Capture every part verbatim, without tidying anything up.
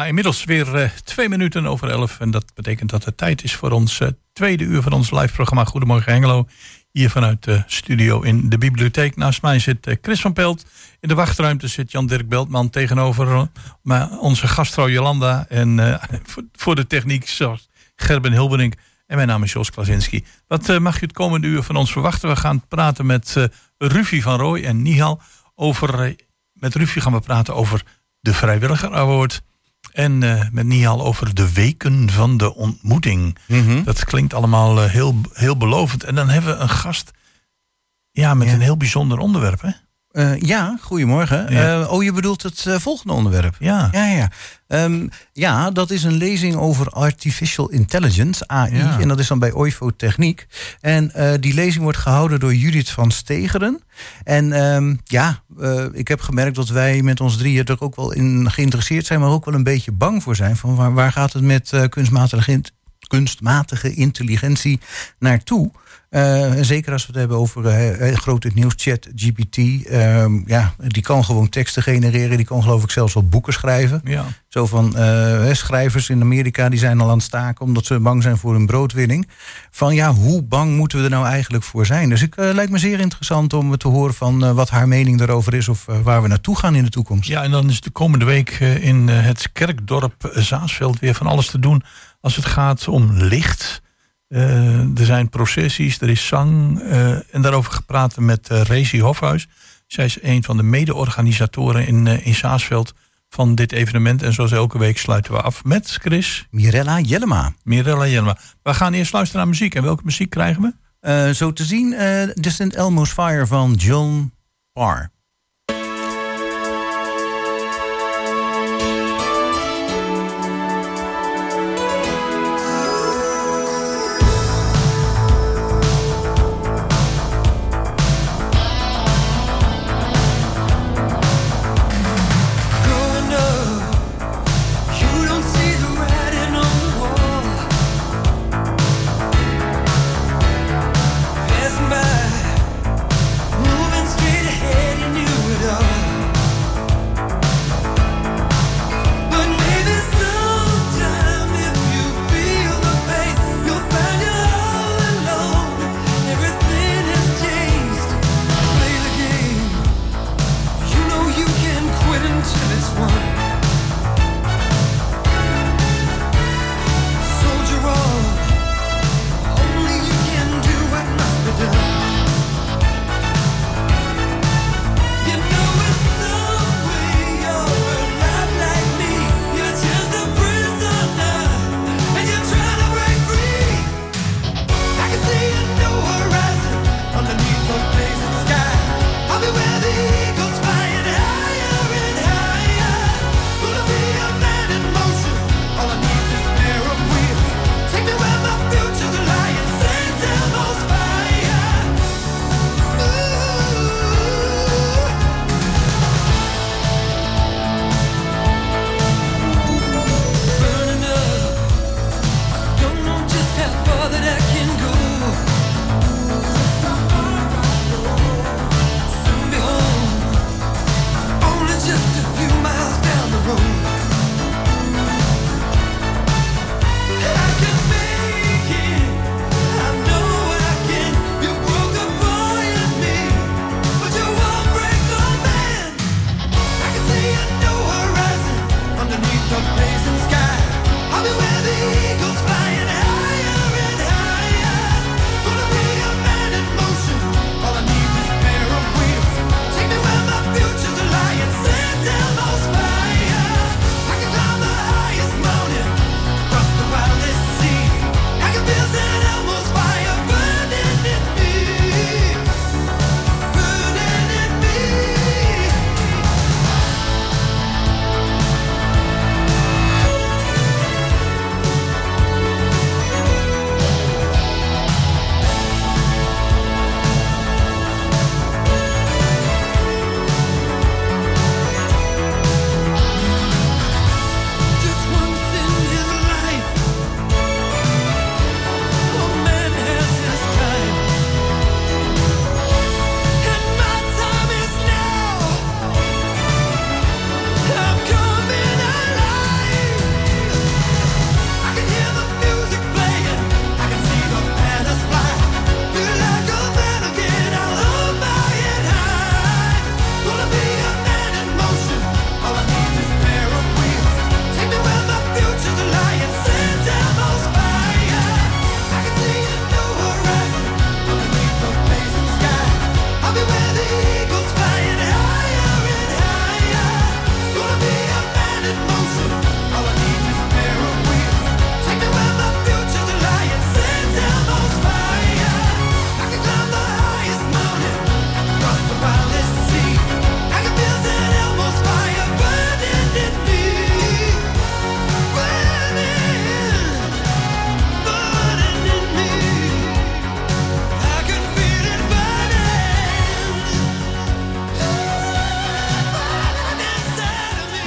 Ja, inmiddels weer uh, twee minuten over elf. En dat betekent dat het tijd is voor ons uh, tweede uur van ons live programma Goedemorgen Hengelo. Hier vanuit de studio in de bibliotheek. Naast mij zit uh, Chris van Pelt. In de wachtruimte zit Jan-Dirk Beltman tegenover uh, onze gastvrouw Jolanda. En uh, voor, voor de techniek zoals Gerben Hilberink. En mijn naam is Jos Klasinski. Wat uh, mag je het komende uur van ons verwachten? We gaan praten met uh, Rufie van Rooij en Nihal. Over, uh, met Rufie gaan we praten over de Vrijwilliger Award. En uh, met Nihal over de weken van de ontmoeting. Mm-hmm. Dat klinkt allemaal uh, heel, heel belovend. En dan hebben we een gast ja, met ja. een heel bijzonder onderwerp. Hè? Uh, ja, goedemorgen. Ja. Uh, oh, je bedoelt het uh, volgende onderwerp? Ja. Ja, ja. Um, ja, dat is een lezing over Artificial Intelligence, A I. Ja. En dat is dan bij Oifo Techniek. En uh, die lezing wordt gehouden door Judith van Stegeren. En um, ja, uh, ik heb gemerkt dat wij met ons drieën er ook wel in geïnteresseerd zijn, maar ook wel een beetje bang voor zijn. Van waar, waar gaat het met uh, kunstmatige, kunstmatige intelligentie naartoe? Uh, zeker als we het hebben over uh, groot het nieuws, Chat G P T. Uh, ja, die kan gewoon teksten genereren. Die kan geloof ik zelfs wel boeken schrijven. Ja. Zo van uh, schrijvers in Amerika die zijn al aan het staken omdat ze bang zijn voor hun broodwinning. Van ja, hoe bang moeten we er nou eigenlijk voor zijn? Dus het uh, lijkt me zeer interessant om te horen van uh, wat haar mening daarover is of uh, waar we naartoe gaan in de toekomst. Ja, en dan is de komende week uh, in uh, het kerkdorp Zaasveld weer van alles te doen als het gaat om licht. Uh, er zijn processies, er is zang. Uh, en daarover gepraat met uh, Rezi Hofhuis. Zij is een van de mede-organisatoren in, uh, in Zaasveld van dit evenement. En zoals elke week sluiten we af met Chris. Mirella Jellema. Mirella Jellema. We gaan eerst luisteren naar muziek. En welke muziek krijgen we? Uh, zo te zien, uh, Distant Elmo's Fire van John Parr. Moving straight ahead, you need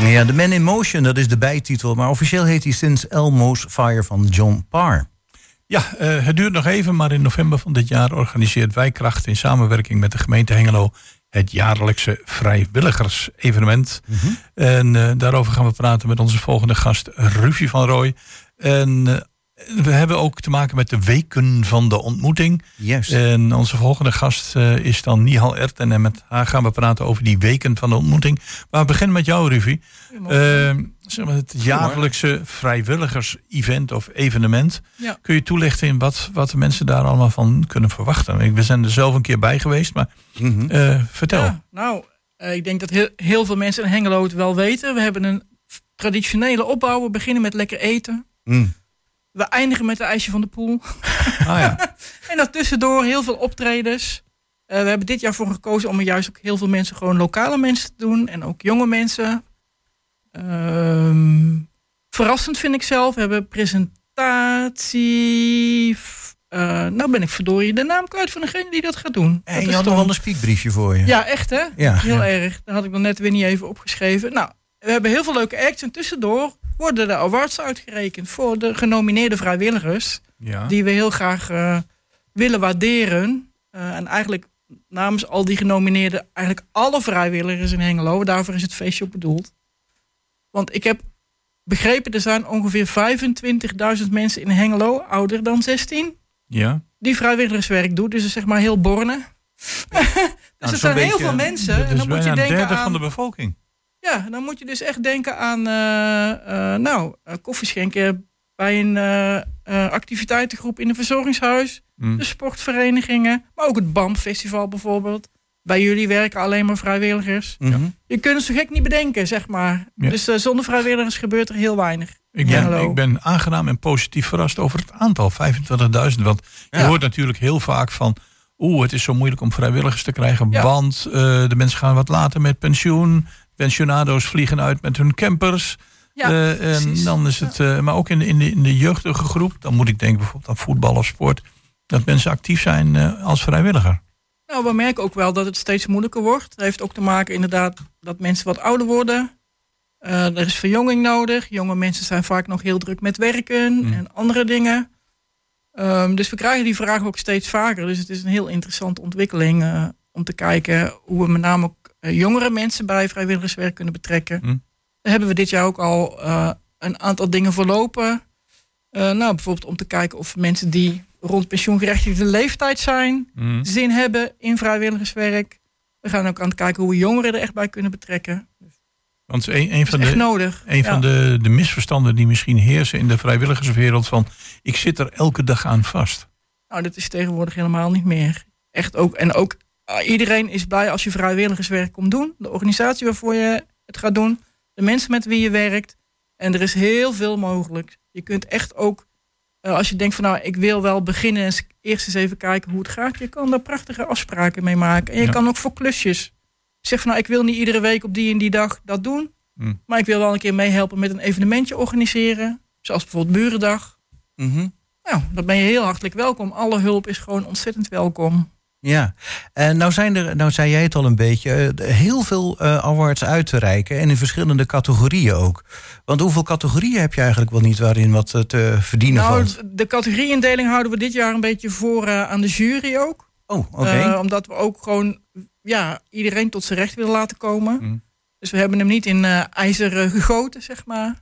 Ja, The Man in Motion, dat is de bijtitel. Maar officieel heet hij sinds Elmo's Fire van John Parr. Ja, uh, het duurt nog even, maar in november van dit jaar organiseert Wijkracht in samenwerking met de gemeente Hengelo het jaarlijkse vrijwilligersevenement. Mm-hmm. En uh, daarover gaan we praten met onze volgende gast, Rufie van Rooij. En uh, we hebben ook te maken met de weken van de ontmoeting. Yes. En onze volgende gast uh, is dan Nihal Erten. En met haar gaan we praten over die weken van de ontmoeting. Maar we beginnen met jou, Rufie. Uh, zeg maar het jaarlijkse vrijwilligers-event of evenement. Ja. Kun je toelichten in wat, wat de mensen daar allemaal van kunnen verwachten? We zijn er zelf een keer bij geweest, maar mm-hmm. uh, vertel. Ja, nou, uh, ik denk dat heel, heel veel mensen in Hengelo het wel weten. We hebben een traditionele opbouw. We beginnen met lekker eten. Mm. We eindigen met het ijsje van de poel. Ah, ja. En daartussendoor heel veel optredens. Uh, we hebben dit jaar voor gekozen om er juist ook heel veel mensen, gewoon lokale mensen te doen. En ook jonge mensen. Um, verrassend vind ik zelf. We hebben presentatie. Uh, nou ben ik verdorie de naam kwijt van degene die dat gaat doen. En je had nog wel een speakbriefje voor je. Ja, echt hè? Ja, heel ja. erg. Dat had ik nog net weer niet even opgeschreven. Nou, we hebben heel veel leuke acts. En tussendoor worden de awards uitgerekend voor de genomineerde vrijwilligers. Ja. Die we heel graag uh, willen waarderen. Uh, en eigenlijk namens al die genomineerden, eigenlijk alle vrijwilligers in Hengelo. Daarvoor is het feestje ook bedoeld. Want ik heb begrepen, er zijn ongeveer vijfentwintigduizend mensen in Hengelo, ouder dan zestien. Ja. Die vrijwilligerswerk doen. Dus zeg maar heel Borne. Ja. dus nou, er zijn beetje, heel veel mensen. Dat is en dan moet je denken een derde aan, van de bevolking. Ja, dan moet je dus echt denken aan uh, uh, nou, uh, koffie schenken bij een uh, uh, activiteitengroep in een verzorgingshuis. Mm. De sportverenigingen, maar ook het B A M-festival bijvoorbeeld. Bij jullie werken alleen maar vrijwilligers. Mm-hmm. Je kunt het zo gek niet bedenken, zeg maar. Ja. Dus uh, zonder vrijwilligers gebeurt er heel weinig. Ik ben, ik ben aangenaam en positief verrast over het aantal, vijfentwintigduizend. Want ja. je hoort natuurlijk heel vaak van, oeh, het is zo moeilijk om vrijwilligers te krijgen. Ja. Want uh, de mensen gaan wat later met pensioen. Pensionado's vliegen uit met hun campers. Ja, uh, en dan is het, uh, maar ook in de, in, de, in de jeugdige groep, dan moet ik denken bijvoorbeeld aan voetbal of sport, dat mensen actief zijn uh, als vrijwilliger. Nou, we merken ook wel dat het steeds moeilijker wordt. Dat heeft ook te maken inderdaad dat mensen wat ouder worden. Uh, er is verjonging nodig. Jonge mensen zijn vaak nog heel druk met werken mm. en andere dingen. Um, dus we krijgen die vragen ook steeds vaker. Dus het is een heel interessante ontwikkeling uh, om te kijken hoe we met name ook uh, jongere mensen bij vrijwilligerswerk kunnen betrekken. Mm. Daar hebben we dit jaar ook al uh, een aantal dingen voorlopen. Uh, nou, bijvoorbeeld om te kijken of mensen die rond pensioengerechtigde leeftijd zijn, mm. zin hebben in vrijwilligerswerk. We gaan ook aan het kijken hoe we jongeren er echt bij kunnen betrekken. Want een, een van, de, nodig. een ja. van de, de misverstanden die misschien heersen in de vrijwilligerswereld van, ik zit er elke dag aan vast. Nou, dat is tegenwoordig helemaal niet meer. Echt ook. En ook uh, iedereen is blij als je vrijwilligerswerk komt doen. De organisatie waarvoor je het gaat doen. De mensen met wie je werkt. En er is heel veel mogelijk. Je kunt echt ook, uh, als je denkt van nou, ik wil wel beginnen en eerst eens even kijken hoe het gaat. Je kan daar prachtige afspraken mee maken. En je ja. kan ook voor klusjes. Zeg van nou, ik wil niet iedere week op die en die dag dat doen. Mm. Maar ik wil wel een keer meehelpen met een evenementje organiseren. Zoals bijvoorbeeld Burendag. Mm-hmm. Nou, dan ben je heel hartelijk welkom. Alle hulp is gewoon ontzettend welkom. Ja, en nou zijn er, nou zei jij het al een beetje, heel veel uh, awards uit te reiken. En in verschillende categorieën ook. Want hoeveel categorieën heb je eigenlijk wel niet waarin wat te verdienen nou, valt? De categorieindeling houden we dit jaar een beetje voor uh, aan de jury ook. Oh, oké. Okay. Uh, omdat we ook gewoon ja, iedereen tot zijn recht willen laten komen. Mm. Dus we hebben hem niet in uh, ijzer uh, gegoten, zeg maar.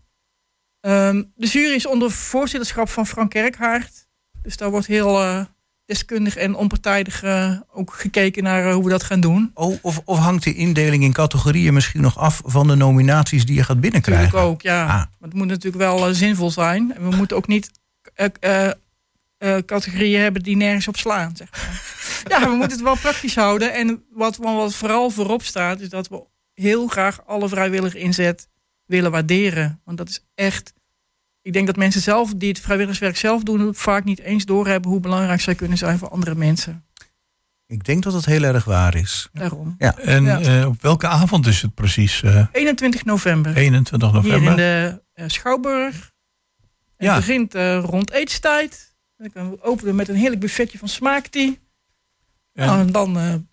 Um, de jury is onder voorzitterschap van Frank Kerkhaard. Dus daar wordt heel uh, deskundig en onpartijdig uh, ook gekeken naar uh, hoe we dat gaan doen. Oh, of, of hangt de indeling in categorieën misschien nog af van de nominaties die je gaat binnenkrijgen? Natuurlijk ook, ja. Ah. Maar het moet natuurlijk wel uh, zinvol zijn. En we moeten ook niet uh, uh, uh, categorieën hebben die nergens op slaan, zeg maar. Ja, we moeten het wel praktisch houden. En wat, wat vooral voorop staat, is dat we heel graag alle vrijwillige inzet willen waarderen. Want dat is echt, ik denk dat mensen zelf die het vrijwilligerswerk zelf doen, vaak niet eens doorhebben hoe belangrijk zij kunnen zijn voor andere mensen. Ik denk dat dat heel erg waar is. Daarom. Ja. En ja. Uh, op welke avond is het precies? Uh, eenentwintig november. eenentwintig november. Hier in de uh, Schouwburg. Het ja. begint uh, rond eetstijd. Dan openen we met een heerlijk buffetje van Smaaktie. En, nou, en dan uh,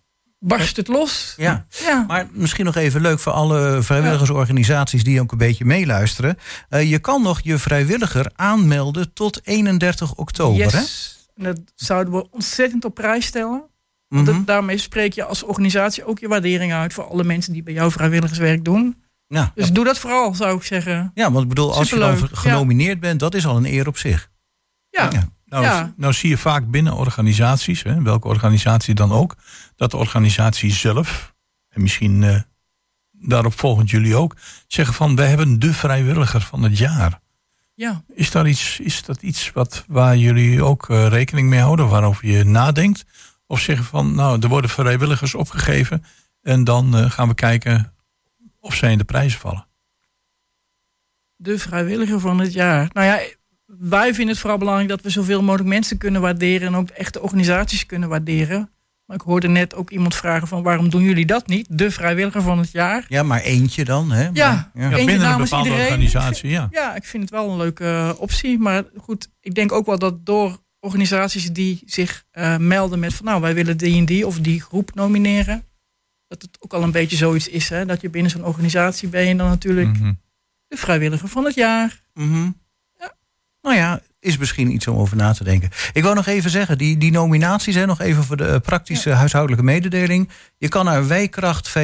barst het los. Ja. ja, Maar misschien nog even leuk voor alle vrijwilligersorganisaties die ook een beetje meeluisteren. Uh, je kan nog je vrijwilliger aanmelden tot eenendertig oktober. Yes. Hè? En dat zouden we ontzettend op prijs stellen. Mm-hmm. Want daarmee spreek je als organisatie ook je waardering uit voor alle mensen die bij jou vrijwilligerswerk doen. Ja. Dus doe dat vooral, zou ik zeggen. Ja, want ik bedoel, als Superleuk. je dan genomineerd ja. bent, dat is al een eer op zich. Ja. ja. Nou, ja. nou zie je vaak binnen organisaties, hè, welke organisatie dan ook, dat de organisatie zelf, en misschien uh, daarop volgend jullie ook, zeggen van, wij hebben de vrijwilliger van het jaar. Ja. Is, daar iets, is dat iets wat, waar jullie ook uh, rekening mee houden, waarover je nadenkt? Of zeggen van, nou, er worden vrijwilligers opgegeven en dan uh, gaan we kijken of zij in de prijzen vallen? De vrijwilliger van het jaar. Nou ja, wij vinden het vooral belangrijk dat we zoveel mogelijk mensen kunnen waarderen en ook de echte organisaties kunnen waarderen. Maar ik hoorde net ook iemand vragen van, waarom doen jullie dat niet? De vrijwilliger van het jaar. Ja, maar eentje dan, hè? Maar, ja, ja. ja, binnen een bepaalde iedereen. organisatie, ja. Ja, ik vind het wel een leuke uh, optie. Maar goed, ik denk ook wel dat door organisaties die zich uh, melden met van, nou, wij willen die en die of die groep nomineren, dat het ook al een beetje zoiets is, hè? Dat je binnen zo'n organisatie ben je dan natuurlijk Mm-hmm. de vrijwilliger van het jaar. Mm-hmm. Ja. Nou ja, is misschien iets om over na te denken. Ik wou nog even zeggen, die, die nominaties, hè, nog even voor de uh, praktische ja. huishoudelijke mededeling. Je kan naar wijkracht,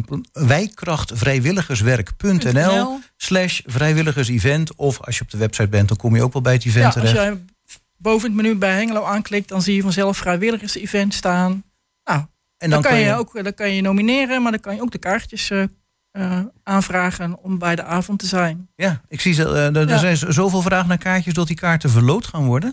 wijkrachtvrijwilligerswerk.nl slash vrijwilligersevent. Of als je op de website bent, dan kom je ook wel bij het event ja, terecht. Als je boven het menu bij Hengelo aanklikt, dan zie je vanzelf vrijwilligers-event staan. Nou, en dan, dan, kan kan je je ook, dan kan je nomineren, maar dan kan je ook de kaartjes uh, uh, aanvragen om bij de avond te zijn. Ja, ik zie uh, er, er ja. zijn zoveel vraag naar kaartjes dat die kaarten verloot gaan worden.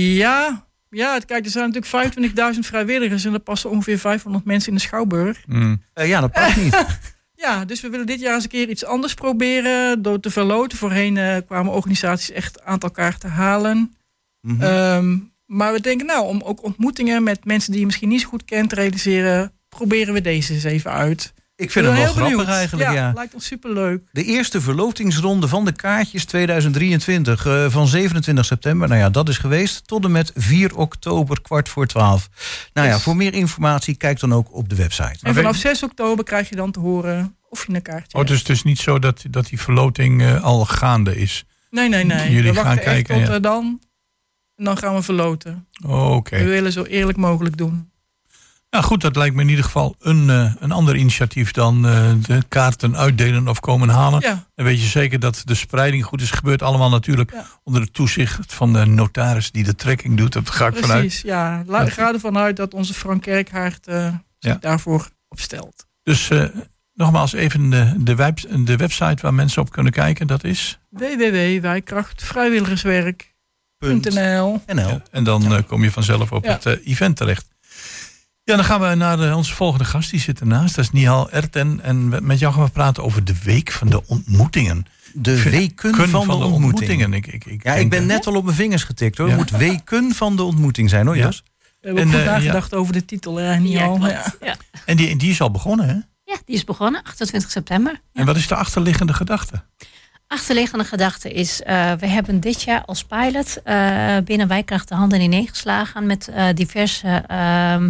Ja, ja, kijk, er zijn natuurlijk vijfentwintigduizend vrijwilligers en er passen ongeveer vijfhonderd mensen in de Schouwburg. Mm. Uh, ja, dat past niet. Ja, dus we willen dit jaar eens een keer iets anders proberen door te verloten. Voorheen uh, kwamen organisaties echt een aantal kaarten halen. Mm-hmm. Um, maar we denken, nou, om ook ontmoetingen met mensen die je misschien niet zo goed kent te realiseren, proberen we deze eens even uit. Ik vind het wel grappig benieuwd. eigenlijk, ja. Ja, lijkt ons superleuk. De eerste verlotingsronde van de kaartjes tweeduizend drieëntwintig uh, van zevenentwintig september. Nou ja, dat is geweest. Tot en met vier oktober, kwart voor twaalf. Nou yes. ja, voor meer informatie, kijk dan ook op de website. En vanaf zes oktober krijg je dan te horen of je een kaartje Oh, dus het is niet zo dat, dat die verloting uh, al gaande is? Nee, nee, nee. Jullie we gaan wachten kijken, echt tot ja. uh, dan. En dan gaan we verloten. Oh, oké. Okay. We willen zo eerlijk mogelijk doen. Nou goed, dat lijkt me in ieder geval een, uh, een ander initiatief dan uh, de kaarten uitdelen of komen halen. Ja. Dan weet je zeker dat de spreiding goed is. Gebeurt allemaal natuurlijk ja. onder het toezicht van de notaris die de trekking doet. Dat ga ik Precies, vanuit. ja. La- ik ga ervan uit dat onze Frank Kerkhaard uh, zich ja. daarvoor opstelt. Dus uh, nogmaals even de, de, web, de website waar mensen op kunnen kijken. Dat is w w w punt wijkrachtvrijwilligerswerk punt n l. Ja, en dan uh, kom je vanzelf op ja. het uh, event terecht. Ja, dan gaan we naar de, onze volgende gast. Die zit ernaast. Dat is Nihal Erten. En met jou gaan we praten over de week van de ontmoetingen. De weken van, van de, de ontmoetingen. ontmoetingen. Ik, ik, ik ja, ik ben net al op mijn vingers getikt hoor. Het ja. moet weken van de ontmoeting zijn hoor, Jos. Ja. We hebben ook goed uh, nagedacht ja. over de titel, hè, Nihal. Ja, ja. ja. En die, die is al begonnen, hè? Ja, die is begonnen, achtentwintig september. Ja. En wat is de achterliggende gedachte? Achterliggende gedachte is, uh, we hebben dit jaar als pilot uh, binnen Wijkracht de handen ineen geslagen met uh, diverse um,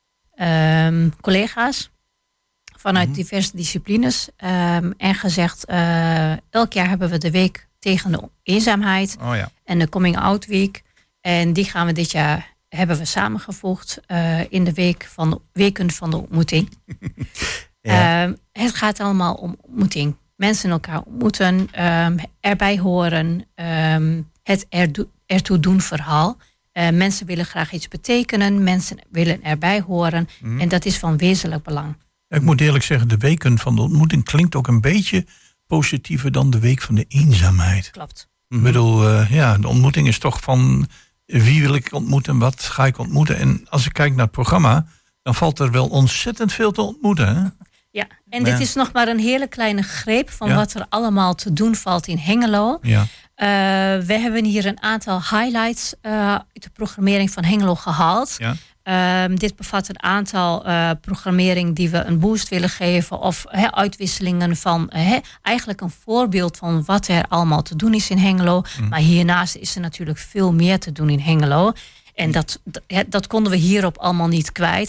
um, collega's vanuit mm-hmm. diverse disciplines. Um, en gezegd, uh, elk jaar hebben we de week tegen de eenzaamheid oh, ja. en de Coming Out Week. En die gaan we dit jaar, hebben we samengevoegd uh, in de week van de, weken van de ontmoeting. ja. uh, het gaat allemaal om ontmoeting. Mensen elkaar ontmoeten, um, erbij horen, um, het erdo- ertoe doen verhaal. Uh, mensen willen graag iets betekenen, mensen willen erbij horen. Mm. En dat is van wezenlijk belang. Ja, ik moet eerlijk zeggen, de weken van de ontmoeting klinkt ook een beetje positiever dan de week van de eenzaamheid. Klopt. Mm-hmm. Ik bedoel, uh, ja, de ontmoeting is toch van wie wil ik ontmoeten, wat ga ik ontmoeten. En als ik kijk naar het programma, dan valt er wel ontzettend veel te ontmoeten, hè? Ja, en dit ja. is nog maar een hele kleine greep van ja. wat er allemaal te doen valt in Hengelo. Ja. Uh, we hebben hier een aantal highlights uh, uit de programmering van Hengelo gehaald. Ja. Uh, dit bevat een aantal uh, programmering die we een boost willen geven. Of he, uitwisselingen van he, eigenlijk een voorbeeld van wat er allemaal te doen is in Hengelo. Mm. Maar hiernaast is er natuurlijk veel meer te doen in Hengelo. En dat, dat, dat konden we hierop allemaal niet kwijt.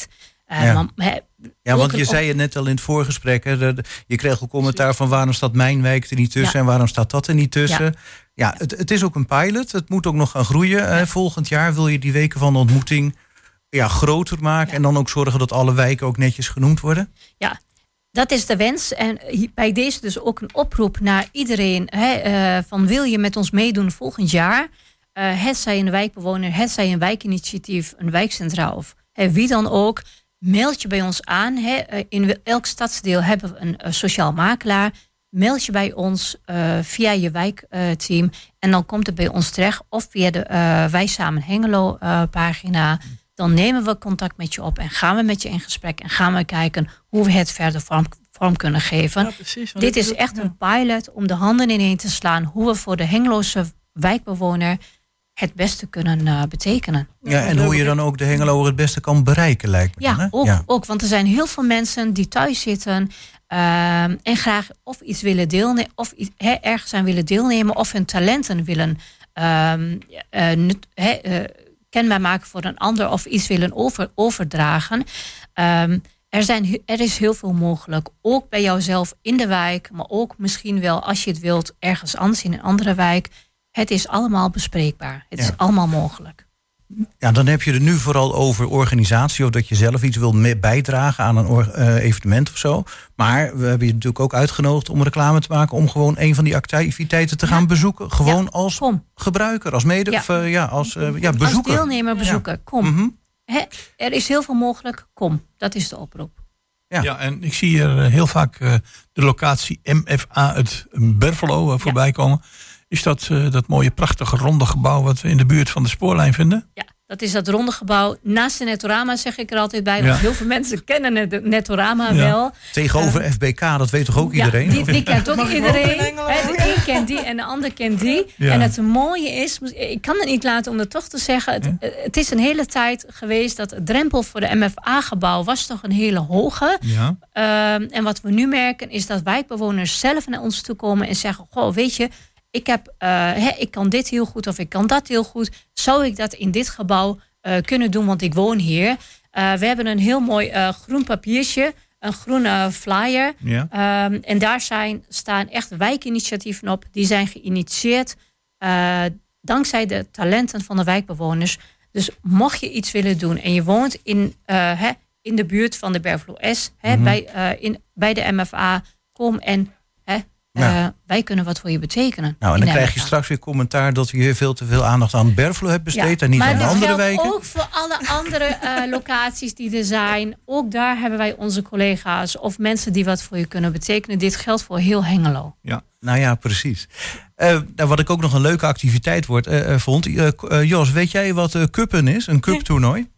Uh, ja. maar, he, ja, want je zei het net al in het voorgesprek. Hè, de, de, je kreeg ook commentaar van waarom staat mijn wijk er niet tussen ja. en waarom staat dat er niet tussen. Ja, ja het, het is ook een pilot. Het moet ook nog gaan groeien. Ja. Uh, volgend jaar wil je die weken van de ontmoeting ja, groter maken. Ja. En dan ook zorgen dat alle wijken ook netjes genoemd worden. Ja, dat is de wens. En bij deze dus ook een oproep naar iedereen. Hè, uh, van wil je met ons meedoen volgend jaar? Uh, het zij een wijkbewoner, het zij een wijkinitiatief, een wijkcentraal of hè, wie dan ook. Meld je bij ons aan. Hè. In elk stadsdeel hebben we een uh, sociaal makelaar. Meld je bij ons uh, via je wijkteam. Uh, en dan komt het bij ons terecht. Of via de uh, Wij Samen Hengelo uh, pagina. Dan nemen we contact met je op. En gaan we met je in gesprek. En gaan we kijken hoe we het verder vorm, vorm kunnen geven. Ja, precies, dit is echt ja. een pilot om de handen ineen te slaan. Hoe we voor de Hengeloze wijkbewoner het beste kunnen uh, betekenen. Ja, en hoe je dan ook de Hengeloer het beste kan bereiken, lijkt me. Ja, dan, hè? Ook, ja, ook. Want er zijn heel veel mensen die thuis zitten uh, en graag of iets willen deelnemen, of he, ergens aan willen deelnemen, of hun talenten willen uh, uh, nut, he, uh, kenbaar maken voor een ander, of iets willen over, overdragen. Um, er, zijn, er is heel veel mogelijk. Ook bij jouzelf in de wijk, maar ook misschien wel als je het wilt ergens anders in een andere wijk. Het is allemaal bespreekbaar. Het ja. is allemaal mogelijk. Ja, dan heb je er nu vooral over organisatie, of dat je zelf iets wil bijdragen aan een uh, evenement of zo. Maar we hebben je natuurlijk ook uitgenodigd om reclame te maken, om gewoon een van die activiteiten te gaan ja. bezoeken. Gewoon ja, als kom. gebruiker, als mede, ja. of uh, ja, als uh, ja, bezoeker. Als deelnemer bezoeken, ja. kom. Mm-hmm. He, er is heel veel mogelijk, kom. Dat is de oproep. Ja. ja, en ik zie hier heel vaak uh, de locatie M F A het Bervelo uh, voorbij ja. komen. Is dat uh, dat mooie, prachtige, ronde gebouw wat we in de buurt van de spoorlijn vinden? Ja, dat is dat ronde gebouw naast de Netorama, zeg ik er altijd bij. Want ja. heel veel mensen kennen het Netorama ja. wel. Tegenover uh, F B K, dat weet toch ook ja, iedereen? Die, die kent ook iedereen. He, de een kent die en de ander kent die. Ja. En het mooie is, ik kan het niet laten om het toch te zeggen. Het, ja. het is een hele tijd geweest dat de drempel voor de M F A-gebouw was toch een hele hoge. Ja. Uh, en wat we nu merken is dat wijkbewoners zelf naar ons toe komen en zeggen, goh, weet je, Ik, heb, uh, he, ik kan dit heel goed of ik kan dat heel goed. Zou ik dat in dit gebouw uh, kunnen doen, want ik woon hier. Uh, we hebben een heel mooi uh, groen papiertje, een groene flyer. Ja. Um, en daar zijn, staan echt wijkinitiatieven op. Die zijn geïnitieerd uh, dankzij de talenten van de wijkbewoners. Dus mocht je iets willen doen en je woont in, uh, he, in de buurt van de Bervelo S, he, mm-hmm. bij, uh, in, bij de M F A, kom en... He, Ja. Uh, wij kunnen wat voor je betekenen. Nou, en dan krijg je straks weer commentaar dat u hier veel te veel aandacht aan Bervelo hebt besteed ja, en niet aan de andere wijken. Maar ook voor alle andere uh, locaties die er zijn. Ook daar hebben wij onze collega's of mensen die wat voor je kunnen betekenen. Dit geldt voor heel Hengelo. Ja, nou ja, precies. Uh, wat ik ook nog een leuke activiteit wordt, uh, vond. Uh, uh, Jos, weet jij wat uh, cuppen is? Een cuptoernooi?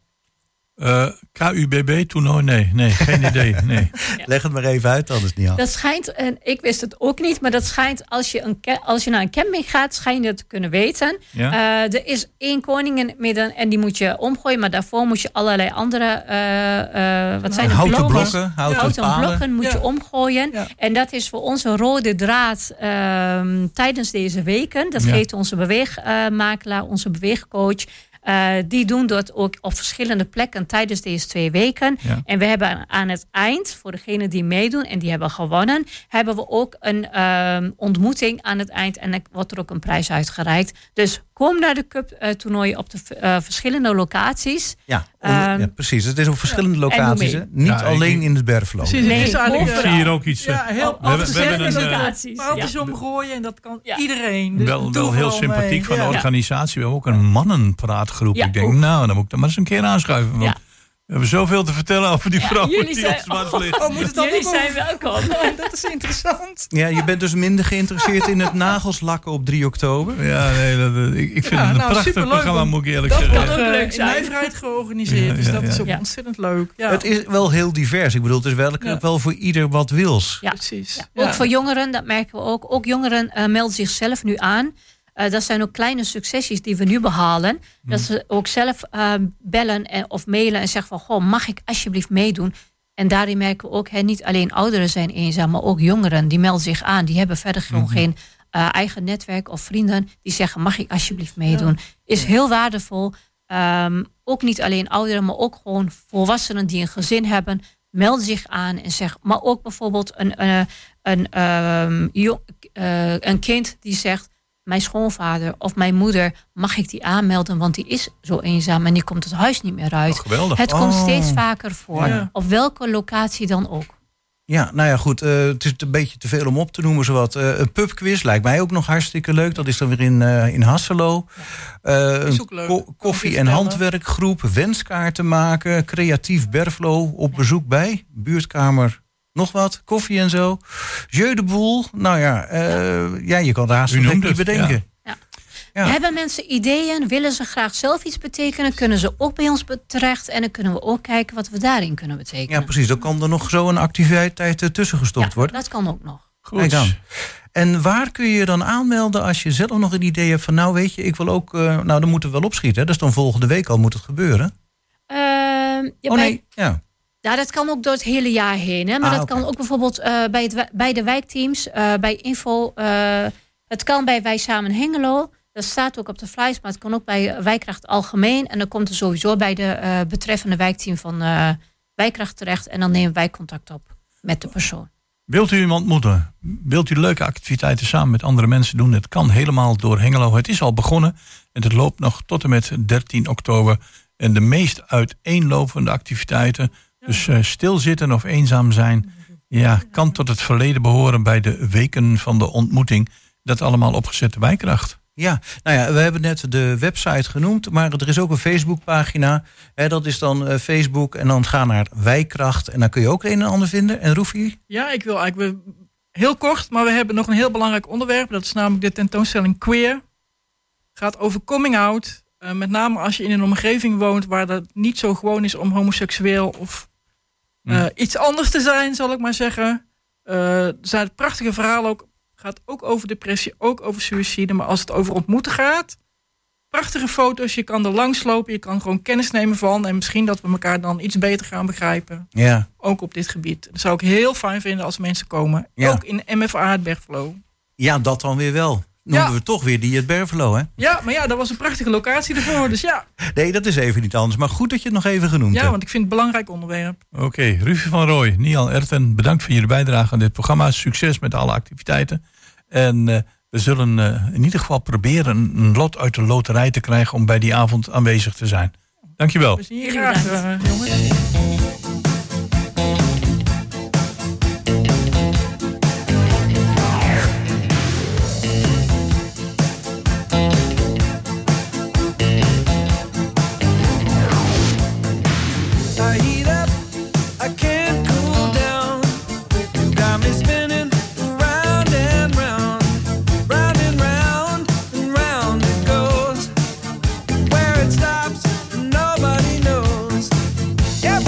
Uh, K U B B-toernooi? Nee, nee, geen idee. Nee. Ja. Leg het maar even uit, anders niet al. Dat schijnt, en ik wist het ook niet, maar dat schijnt als je, een, als je naar een camping gaat, schijn je dat te kunnen weten. Ja. Uh, er is één koning in het midden en die moet je omgooien, maar daarvoor moet je allerlei andere, uh, uh, wat zijn houten blokken? blokken, houten, houten palen. blokken moet ja. je omgooien. Ja. En dat is voor ons een rode draad uh, tijdens deze weken. Dat ja. geeft onze beweegmakelaar, uh, onze beweegcoach. Uh, die doen dat ook op verschillende plekken tijdens deze twee weken. Ja. En we hebben aan het eind, voor degenen die meedoen en die hebben gewonnen, hebben we ook een uh, ontmoeting aan het eind. En dan wordt er ook een prijs uitgereikt. Dus kom naar de cup-toernooi op de uh, verschillende locaties. Ja, um, ja, precies. Het is op verschillende ja. locaties. Hè? Niet ja, alleen ik, in het Bervelo. Precies, nee, is ik zie hier ook iets. Ja, heel we hebben, we hebben een locaties. Paaltjes ja. omgooien en dat kan ja. iedereen. Dus wel wel heel sympathiek mee. van de ja. organisatie. We hebben ook een mannenpraatgroep. Ja, ik denk, ook. nou, dan moet ik dat maar eens een keer aanschuiven. Want ja. we hebben zoveel te vertellen over die ja, vrouwen die zijn, op zwart liggen. Oh, oh, moet het jullie zijn welkom. Oh, dat is interessant. Ja, je bent dus minder geïnteresseerd in het nagelslakken op drie oktober. Ja, nee, dat, ik, ik vind ja, het een nou, prachtig programma, moet ik eerlijk dat zeggen. Dat kan ook leuk zijn. In Nijverheid georganiseerd, ja, dus ja, dat ja. is ook ja. ontzettend leuk. Ja. Het is wel heel divers. Ik bedoel, het is wel, ja. wel voor ieder wat wils. Ja, precies. Ja. Ja. Ook voor jongeren, dat merken we ook. Ook jongeren uh, melden zichzelf nu aan. Uh, dat zijn ook kleine successies die we nu behalen. Hmm. Dat ze ook zelf uh, bellen en, of mailen en zeggen van, goh, mag ik alsjeblieft meedoen? En daarin merken we ook, he, niet alleen ouderen zijn eenzaam, maar ook jongeren, die melden zich aan. Die hebben verder gewoon hmm. geen uh, eigen netwerk of vrienden. Die zeggen, mag ik alsjeblieft meedoen? Ja. Is heel waardevol. Um, ook niet alleen ouderen, maar ook gewoon volwassenen die een gezin hebben. Meld zich aan en zeg. Maar ook bijvoorbeeld een, een, een, um, jong, uh, een kind die zegt: mijn schoonvader of mijn moeder, mag ik die aanmelden? Want die is zo eenzaam en die komt het huis niet meer uit. Oh, geweldig. Het oh. komt steeds vaker voor. Ja. Op welke locatie dan ook. Ja, nou ja, goed. Uh, het is een beetje te veel om op te noemen. Zowat uh, een pubquiz lijkt mij ook nog hartstikke leuk. Dat is dan weer in, uh, in Hasselo. Uh, een ko- koffie- en handwerkgroep. Wenskaarten maken. Creatief Berflo op bezoek bij. Buurtkamer. Nog wat. Koffie en zo. Jeu de boel. Nou ja, uh, ja je kan daar haast niet bedenken. Ja. Ja. Hebben mensen ideeën? Willen ze graag zelf iets betekenen? Kunnen ze ook bij ons terecht? En dan kunnen we ook kijken wat we daarin kunnen betekenen. Ja, precies. Dan kan er nog zo een activiteit tussen gestopt ja, worden. Dat kan ook nog. Goed. Dan. En waar kun je je dan aanmelden als je zelf nog een idee hebt van... nou weet je, ik wil ook... Uh, nou, dan moeten we wel opschieten. Hè? Dat is dan volgende week al moet het gebeuren. Uh, ja, oh nee, bij, ja. Ja, dat kan ook door het hele jaar heen. Hè? Maar ah, dat okay. kan ook bijvoorbeeld uh, bij, het, bij de wijkteams, uh, bij info... Uh, het kan bij Wij Samen Hengelo... Dat staat ook op de flyers, maar het kan ook bij Wijkracht Algemeen. En dan komt er sowieso bij de uh, betreffende wijkteam van uh, Wijkracht terecht. En dan nemen wij contact op met de persoon. Wilt u hem ontmoeten? Wilt u leuke activiteiten samen met andere mensen doen? Het kan helemaal door Hengelo. Het is al begonnen en het loopt nog tot en met dertien oktober. En de meest uiteenlopende activiteiten, dus uh, stilzitten of eenzaam zijn... ja, kan tot het verleden behoren bij de weken van de ontmoeting. Dat allemaal opgezette Wijkracht. Ja, nou ja, we hebben net de website genoemd, maar er is ook een Facebookpagina. Hè, dat is dan uh, Facebook en dan ga naar Wijkracht en dan kun je ook een en ander vinden. En Roefie? Ja, ik wil eigenlijk heel kort, maar we hebben nog een heel belangrijk onderwerp. Dat is namelijk de tentoonstelling Queer. Het gaat over coming out. Uh, met name als je in een omgeving woont waar dat niet zo gewoon is om homoseksueel of uh, hmm. iets anders te zijn, zal ik maar zeggen. Uh, er zijn prachtige verhalen ook. Gaat ook over depressie, ook over suïcide. Maar als het over ontmoeten gaat... prachtige foto's, je kan er langs lopen... je kan gewoon kennis nemen van... en misschien dat we elkaar dan iets beter gaan begrijpen. Ja. Ook op dit gebied. Dat zou ik heel fijn vinden als mensen komen. Ja. Ook in M F A het Berflo. Ja, dat dan weer wel. Noemen ja. we toch weer die het Berflo, hè? Ja, maar ja, dat was een prachtige locatie ervoor, dus ja. Nee, dat is even niet anders. Maar goed dat je het nog even genoemd ja, hebt. Ja, want ik vind het een belangrijk onderwerp. Oké, okay, Rufie van Rooij, Nian Erten, bedankt voor jullie bijdrage aan dit programma. Succes met alle activiteiten. En uh, we zullen uh, in ieder geval proberen een lot uit de loterij te krijgen om bij die avond aanwezig te zijn. Dankjewel. We zien je graag, uh, jongens. Yeah.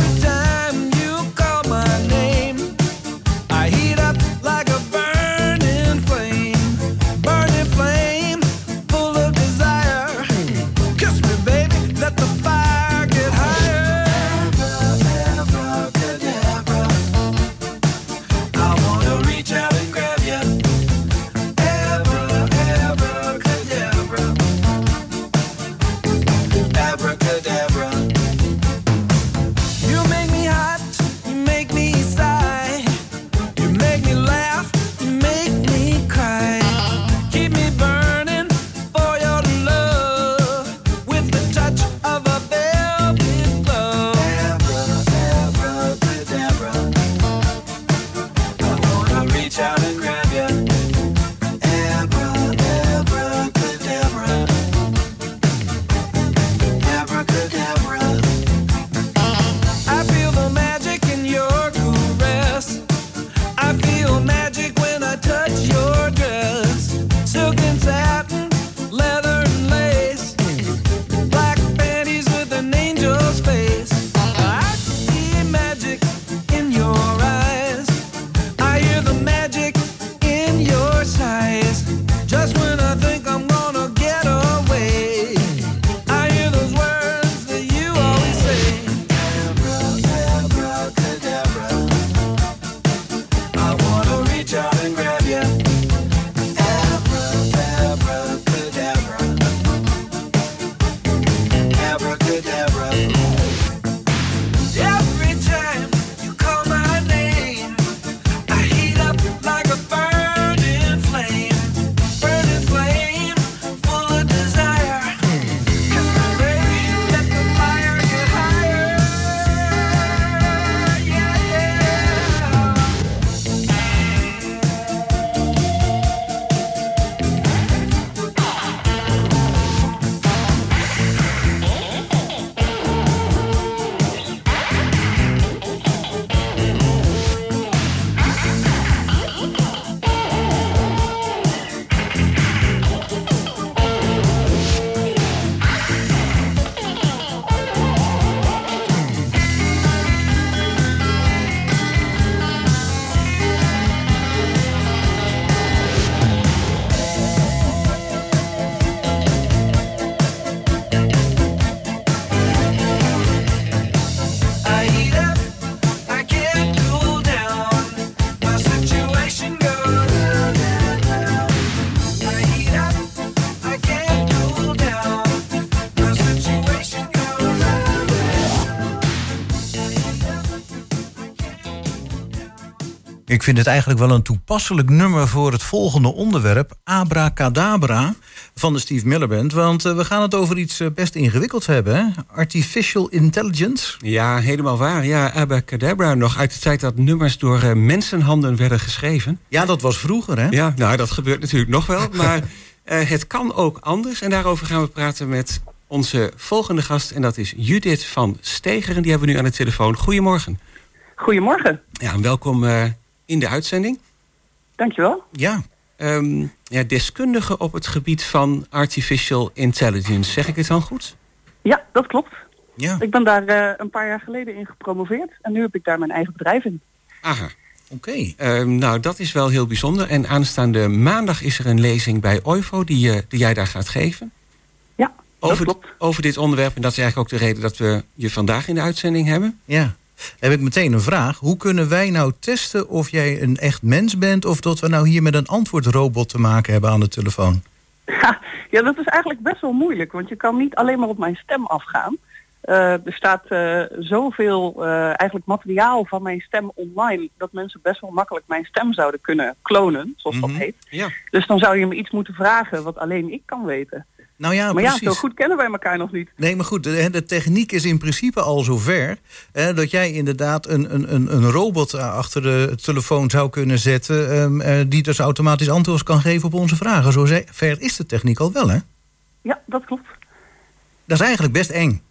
Ik vind het eigenlijk wel een toepasselijk nummer voor het volgende onderwerp. Abracadabra van de Steve Miller Band. Want uh, we gaan het over iets uh, best ingewikkelds hebben. Hè? Artificial intelligence. Ja, helemaal waar. Ja, Abracadabra, nog uit de tijd dat nummers door uh, mensenhanden werden geschreven. Ja, dat was vroeger, hè? Ja, nou, dat gebeurt natuurlijk nog wel. Maar uh, het kan ook anders. En daarover gaan we praten met onze volgende gast. En dat is Judith van Stegeren. Die hebben we nu aan de telefoon. Goedemorgen. Goedemorgen. Ja, en welkom uh, in de uitzending. Dankjewel. Ja. Um, ja, deskundige op het gebied van artificial intelligence. Zeg ik het dan goed? Ja, dat klopt. Ja. Ik ben daar uh, een paar jaar geleden in gepromoveerd. En nu heb ik daar mijn eigen bedrijf in. Aha. Oké. Okay. Um, nou, dat is wel heel bijzonder. En aanstaande maandag is er een lezing bij O I V O die, uh, die jij daar gaat geven. Ja, dat over, klopt. Over dit onderwerp. En dat is eigenlijk ook de reden dat we je vandaag in de uitzending hebben. Ja. Dan heb ik meteen een vraag. Hoe kunnen wij nou testen of jij een echt mens bent, of dat we nou hier met een antwoordrobot te maken hebben aan de telefoon? Ja, dat is eigenlijk best wel moeilijk. Want je kan niet alleen maar op mijn stem afgaan. Uh, er staat uh, zoveel uh, eigenlijk materiaal van mijn stem online, dat mensen best wel makkelijk mijn stem zouden kunnen klonen, zoals Mm-hmm. dat heet. Ja. Dus dan zou je me iets moeten vragen wat alleen ik kan weten. Nou ja, maar precies. ja, zo goed kennen wij elkaar nog niet. Nee, maar goed, de, de techniek is in principe al zover hè, dat jij inderdaad een, een, een robot achter de telefoon zou kunnen zetten, um, die dus automatisch antwoord kan geven op onze vragen. Zo ver is de techniek al wel, hè? Ja, dat klopt. Dat is eigenlijk best eng.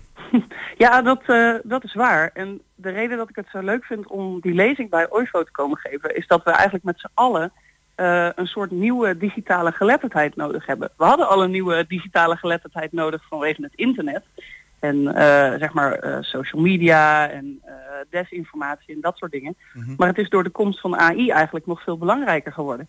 Ja, dat, uh, dat is waar. En de reden dat ik het zo leuk vind om die lezing bij O I V O te komen geven, is dat we eigenlijk met z'n allen uh, een soort nieuwe digitale geletterdheid nodig hebben. We hadden al een nieuwe digitale geletterdheid nodig vanwege het internet. En uh, zeg maar uh, social media en uh, desinformatie en dat soort dingen. Mm-hmm. Maar het is door de komst van A I eigenlijk nog veel belangrijker geworden.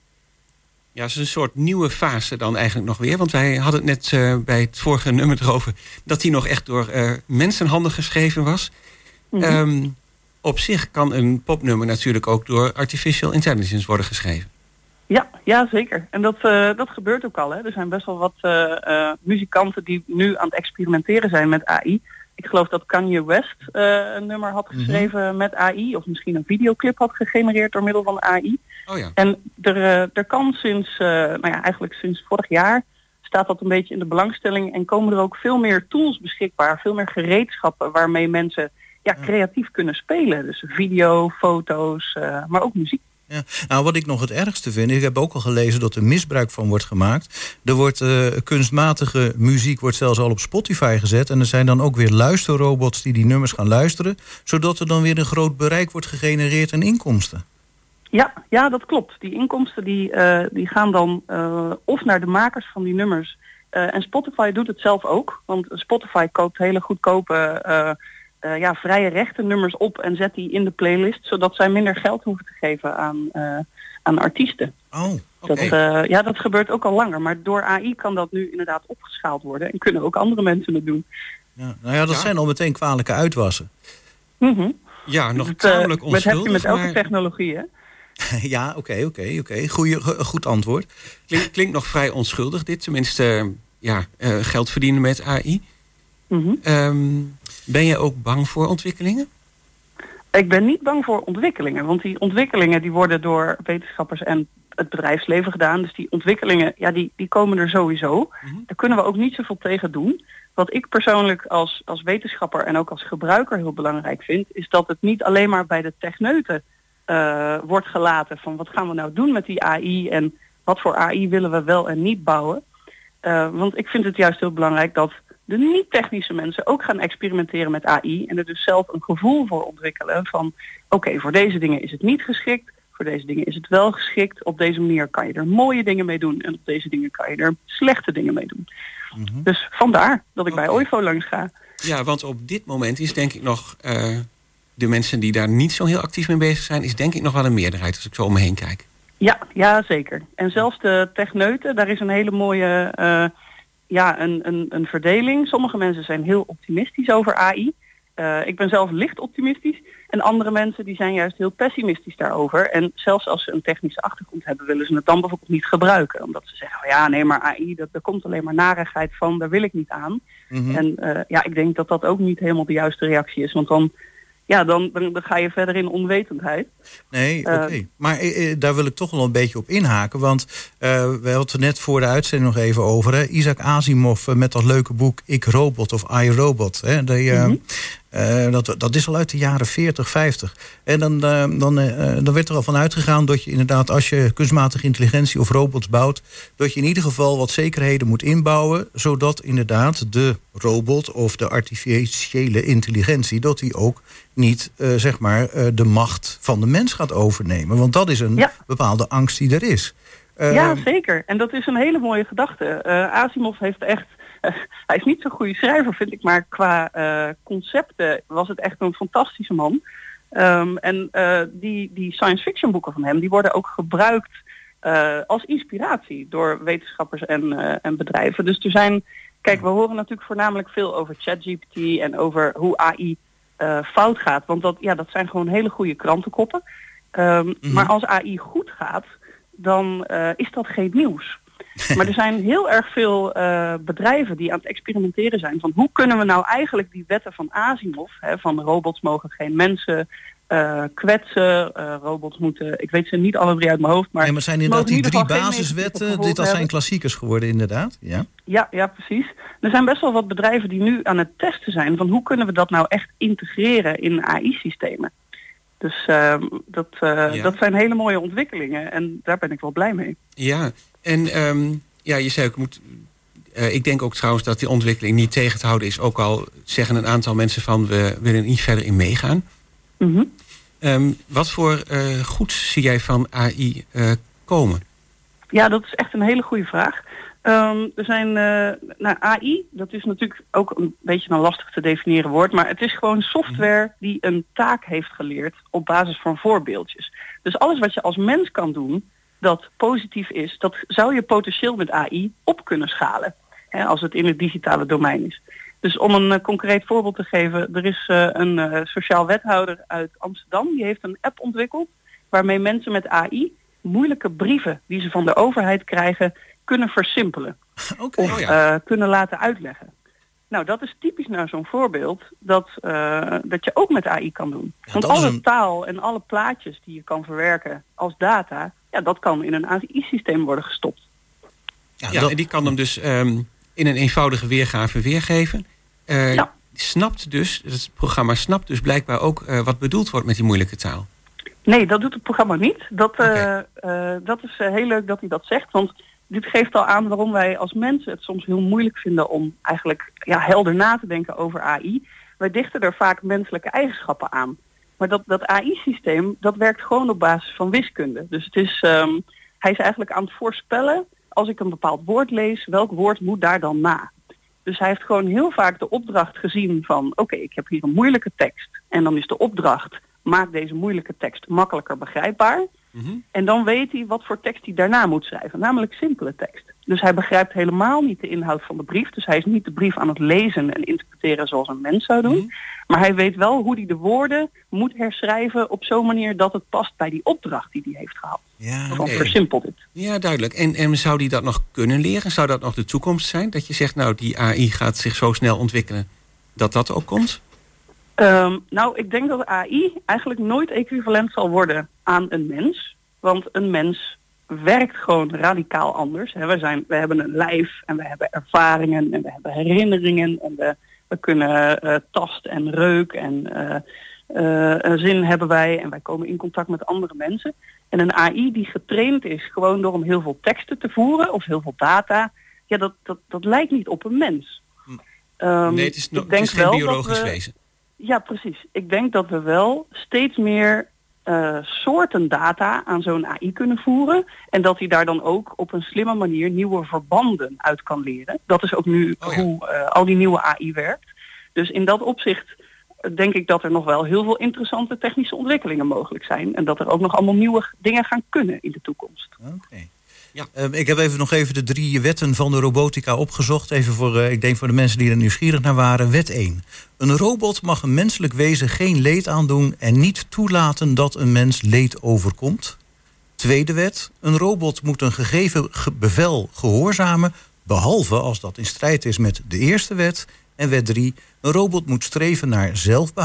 Ja, het is een soort nieuwe fase dan eigenlijk nog weer. Want wij hadden het net uh, bij het vorige nummer erover dat die nog echt door uh, mensenhanden geschreven was. Mm-hmm. Um, op zich kan een popnummer natuurlijk ook door artificial intelligence worden geschreven. Ja, ja zeker. En dat, uh, dat gebeurt ook al. Hè. Er zijn best wel wat uh, uh, muzikanten die nu aan het experimenteren zijn met A I. Ik geloof dat Kanye West uh, een nummer had geschreven mm-hmm. met A I. Of misschien een videoclip had gegenereerd door middel van A I. Oh ja. En er, uh, er kan sinds, uh, nou ja, eigenlijk sinds vorig jaar staat dat een beetje in de belangstelling. En komen er ook veel meer tools beschikbaar. Veel meer gereedschappen waarmee mensen ja, creatief kunnen spelen. Dus video, foto's, uh, maar ook muziek. Ja. Nou, wat ik nog het ergste vind, ik heb ook al gelezen dat er misbruik van wordt gemaakt. Er wordt uh, kunstmatige muziek wordt zelfs al op Spotify gezet. En er zijn dan ook weer luisterrobots die die nummers gaan luisteren, zodat er dan weer een groot bereik wordt gegenereerd en inkomsten. Ja, ja, dat klopt. Die inkomsten die, uh, die gaan dan uh, of naar de makers van die nummers. Uh, en Spotify doet het zelf ook. Want Spotify koopt hele goedkope Uh, Uh, ja, vrije rechten nummers op en zet die in de playlist, zodat zij minder geld hoeven te geven aan, uh, aan artiesten. Oh, okay. dat, uh, ja, dat gebeurt ook al langer, maar door A I kan dat nu inderdaad opgeschaald worden en kunnen ook andere mensen het doen. Ja, nou ja, dat ja. zijn al meteen kwalijke uitwassen. Mm-hmm. Ja, nog dus tamelijk uh, onschuldig. Dat heb je met elke maar... technologie, hè? Ja, oké, okay, oké, okay, oké. Okay. Goeie, goed antwoord. Klink, klinkt nog vrij onschuldig dit, tenminste uh, ja, uh, geld verdienen met A I. Mm-hmm. Um, Ben je ook bang voor ontwikkelingen? Ik ben niet bang voor ontwikkelingen. Want die ontwikkelingen die worden door wetenschappers en het bedrijfsleven gedaan. Dus die ontwikkelingen, ja, die, die komen er sowieso. Mm-hmm. Daar kunnen we ook niet zoveel tegen doen. Wat ik persoonlijk als, als wetenschapper en ook als gebruiker heel belangrijk vind, is dat het niet alleen maar bij de techneuten uh, wordt gelaten van wat gaan we nou doen met die A I en wat voor A I willen we wel en niet bouwen. Uh, want ik vind het juist heel belangrijk dat de niet-technische mensen ook gaan experimenteren met A I en er dus zelf een gevoel voor ontwikkelen van oké, okay, voor deze dingen is het niet geschikt, voor deze dingen is het wel geschikt, op deze manier kan je er mooie dingen mee doen en op deze dingen kan je er slechte dingen mee doen. Mm-hmm. Dus vandaar dat ik okay. bij O I V O langs ga. Ja, want op dit moment is denk ik nog uh, de mensen die daar niet zo heel actief mee bezig zijn, is denk ik nog wel een meerderheid als ik zo om me heen kijk. Ja, ja zeker. En zelfs de techneuten, daar is een hele mooie Uh, Ja, een, een, een verdeling. Sommige mensen zijn heel optimistisch over A I. Uh, ik ben zelf licht optimistisch. En andere mensen die zijn juist heel pessimistisch daarover. En zelfs als ze een technische achtergrond hebben, willen ze het dan bijvoorbeeld niet gebruiken. Omdat ze zeggen, oh ja, nee, maar A I, dat, daar komt alleen maar narigheid van. Daar wil ik niet aan. Mm-hmm. En uh, ja, ik denk dat dat ook niet helemaal de juiste reactie is. Want dan, ja, dan, dan, dan ga je verder in onwetendheid. Nee, oké. Okay. Uh, maar eh, daar wil ik toch wel een beetje op inhaken. Want uh, we hadden het net voor de uitzending nog even over. Hè? Isaac Asimov uh, met dat leuke boek Ik, Robot of I, Robot. Hè? De, uh, mm-hmm. uh, dat, dat is al uit de jaren veertig, vijftig. En dan, uh, dan, uh, dan werd er al van uitgegaan dat je inderdaad, als je kunstmatige intelligentie of robots bouwt, dat je in ieder geval wat zekerheden moet inbouwen, zodat inderdaad de robot of de artificiële intelligentie, dat die ook niet uh, zeg maar uh, de macht van de mens gaat overnemen. Want dat is een ja. bepaalde angst die er is. Uh, ja, zeker. En dat is een hele mooie gedachte. Uh, Asimov heeft echt... Uh, hij is niet zo'n goede schrijver, vind ik, maar qua uh, concepten was het echt een fantastische man. Um, en uh, die, die science fiction boeken van hem, die worden ook gebruikt uh, als inspiratie door wetenschappers en, uh, en bedrijven. Dus er zijn... Kijk, we horen natuurlijk voornamelijk veel over ChatGPT en over hoe A I uh, fout gaat. Want dat, ja, dat zijn gewoon hele goede krantenkoppen. Um, mm-hmm. Maar als A I goed gaat, dan uh, is dat geen nieuws. Maar er zijn heel erg veel uh, bedrijven die aan het experimenteren zijn van hoe kunnen we nou eigenlijk die wetten van Asimov, hè, van robots mogen geen mensen uh, kwetsen, uh, robots moeten, ik weet ze niet alle drie uit mijn hoofd, maar... Nee, maar zijn inderdaad die drie basiswetten, dit dat zijn klassiekers geworden inderdaad? Ja. Ja, ja, precies. Er zijn best wel wat bedrijven die nu aan het testen zijn van hoe kunnen we dat nou echt integreren in A I-systemen. Dus uh, dat, uh, ja. dat zijn hele mooie ontwikkelingen en daar ben ik wel blij mee. Ja, en um, ja, je zei ook, moet, uh, ik denk ook trouwens dat die ontwikkeling niet tegen te houden is. Ook al zeggen een aantal mensen van we willen niet verder in meegaan. Mm-hmm. Um, wat voor uh, goeds zie jij van A I uh, komen? Ja, dat is echt een hele goede vraag. Um, er zijn, uh, nou, A I, dat is natuurlijk ook een beetje een lastig te definiëren woord, maar het is gewoon software die een taak heeft geleerd op basis van voorbeeldjes. Dus alles wat je als mens kan doen, dat positief is, dat zou je potentieel met A I op kunnen schalen, hè, als het in het digitale domein is. Dus om een uh, concreet voorbeeld te geven, er is uh, een uh, sociaal wethouder uit Amsterdam, die heeft een app ontwikkeld waarmee mensen met A I moeilijke brieven die ze van de overheid krijgen kunnen versimpelen. Okay, of oh ja. uh, kunnen laten uitleggen. Nou, dat is typisch nou zo'n voorbeeld dat, uh, dat je ook met A I kan doen. Ja, Want alle een... taal en alle plaatjes die je kan verwerken als data, ja, dat kan in een A I-systeem worden gestopt. Ja, ja dat... en die kan hem dus um, in een eenvoudige weergave weergeven. Uh, ja. Snapt dus, het programma snapt dus blijkbaar ook uh, wat bedoeld wordt met die moeilijke taal. Nee, dat doet het programma niet. Dat, okay. uh, uh, dat is uh, heel leuk dat hij dat zegt, want dit geeft al aan waarom wij als mensen het soms heel moeilijk vinden om eigenlijk ja, helder na te denken over A I. Wij dichten er vaak menselijke eigenschappen aan. Maar dat, dat A I-systeem, dat werkt gewoon op basis van wiskunde. Dus het is, um, hij is eigenlijk aan het voorspellen, als ik een bepaald woord lees, welk woord moet daar dan na? Dus hij heeft gewoon heel vaak de opdracht gezien van, oké, okay, ik heb hier een moeilijke tekst. En dan is de opdracht, maak deze moeilijke tekst makkelijker begrijpbaar. Mm-hmm. En dan weet hij wat voor tekst hij daarna moet schrijven, namelijk simpele tekst. Dus hij begrijpt helemaal niet de inhoud van de brief. Dus hij is niet de brief aan het lezen en interpreteren zoals een mens zou doen. Mm-hmm. Maar hij weet wel hoe hij de woorden moet herschrijven op zo'n manier dat het past bij die opdracht die hij heeft gehad. Ja, dan okay. versimpelt het. Ja, duidelijk. En, en zou hij dat nog kunnen leren? Zou dat nog de toekomst zijn? Dat je zegt, nou, die A I gaat zich zo snel ontwikkelen dat dat ook komt? Um, nou, ik denk dat A I eigenlijk nooit equivalent zal worden aan een mens. Want een mens werkt gewoon radicaal anders. He, we, zijn, we hebben een lijf en we hebben ervaringen en we hebben herinneringen. En we, we kunnen uh, tast en reuk en uh, uh, zin hebben wij. En wij komen in contact met andere mensen. En een A I die getraind is gewoon door om heel veel teksten te voeren of heel veel data. Ja, dat, dat, dat lijkt niet op een mens. Um, nee, het is, no, het is geen biologisch we, wezen. Ja, precies. Ik denk dat we wel steeds meer uh, soorten data aan zo'n A I kunnen voeren. En dat hij daar dan ook op een slimme manier nieuwe verbanden uit kan leren. Dat is ook nu oh, ja. hoe uh, al die nieuwe A I werkt. Dus in dat opzicht uh, denk ik dat er nog wel heel veel interessante technische ontwikkelingen mogelijk zijn. En dat er ook nog allemaal nieuwe dingen gaan kunnen in de toekomst. Oké. Okay. Ja. Um, ik heb even nog even de drie wetten van de robotica opgezocht. Even voor, uh, ik denk voor de mensen die er nieuwsgierig naar waren. Wet één. Een robot mag een menselijk wezen geen leed aandoen en niet toelaten dat een mens leed overkomt. Tweede wet. Een robot moet een gegeven ge- bevel gehoorzamen, behalve als dat in strijd is met de eerste wet. En wet drie. Een robot moet streven naar zelfbehoud,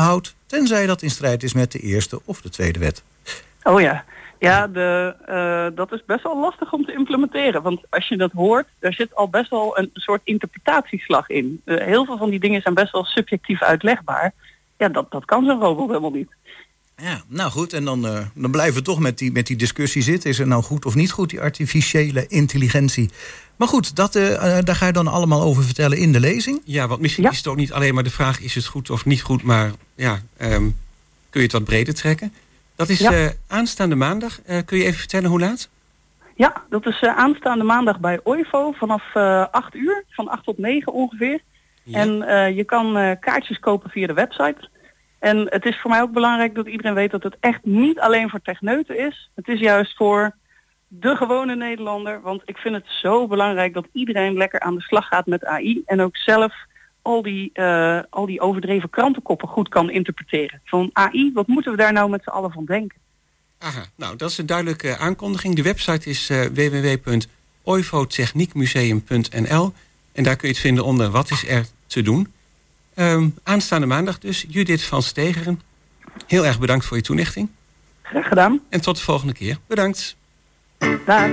tenzij dat in strijd is met de eerste of de tweede wet. Oh ja, ja de, uh, dat is best wel lastig om te implementeren. Want als je dat hoort, daar zit al best wel een soort interpretatieslag in. Uh, heel veel van die dingen zijn best wel subjectief uitlegbaar. Ja, dat, dat kan zo'n robot helemaal niet. Ja, nou goed, en dan, uh, dan blijven we toch met die, met die discussie zitten. Is het nou goed of niet goed, die artificiële intelligentie? Maar goed, dat, uh, uh, daar ga je dan allemaal over vertellen in de lezing. Ja, want misschien ja. is het ook niet alleen maar de vraag... is het goed of niet goed, maar ja, um, kun je het wat breder trekken? Dat is ja. uh, aanstaande maandag. Uh, kun je even vertellen hoe laat? Ja, dat is uh, aanstaande maandag bij O I V O vanaf uh, acht uur. Van acht tot negen ongeveer. Ja. En uh, je kan uh, kaartjes kopen via de website... En het is voor mij ook belangrijk dat iedereen weet dat het echt niet alleen voor techneuten is. Het is juist voor de gewone Nederlander. Want ik vind het zo belangrijk dat iedereen lekker aan de slag gaat met A I. En ook zelf al die, uh, al die overdreven krantenkoppen goed kan interpreteren. Van A I, wat moeten we daar nou met z'n allen van denken? Aha, nou dat is een duidelijke aankondiging. De website is uh, w w w punt oivotechniekmuseum punt n l. En daar kun je het vinden onder wat is er te doen. Um, aanstaande maandag dus, Judith van Stegeren. Heel erg bedankt voor je toelichting. Graag gedaan. En tot de volgende keer. Bedankt. Dag.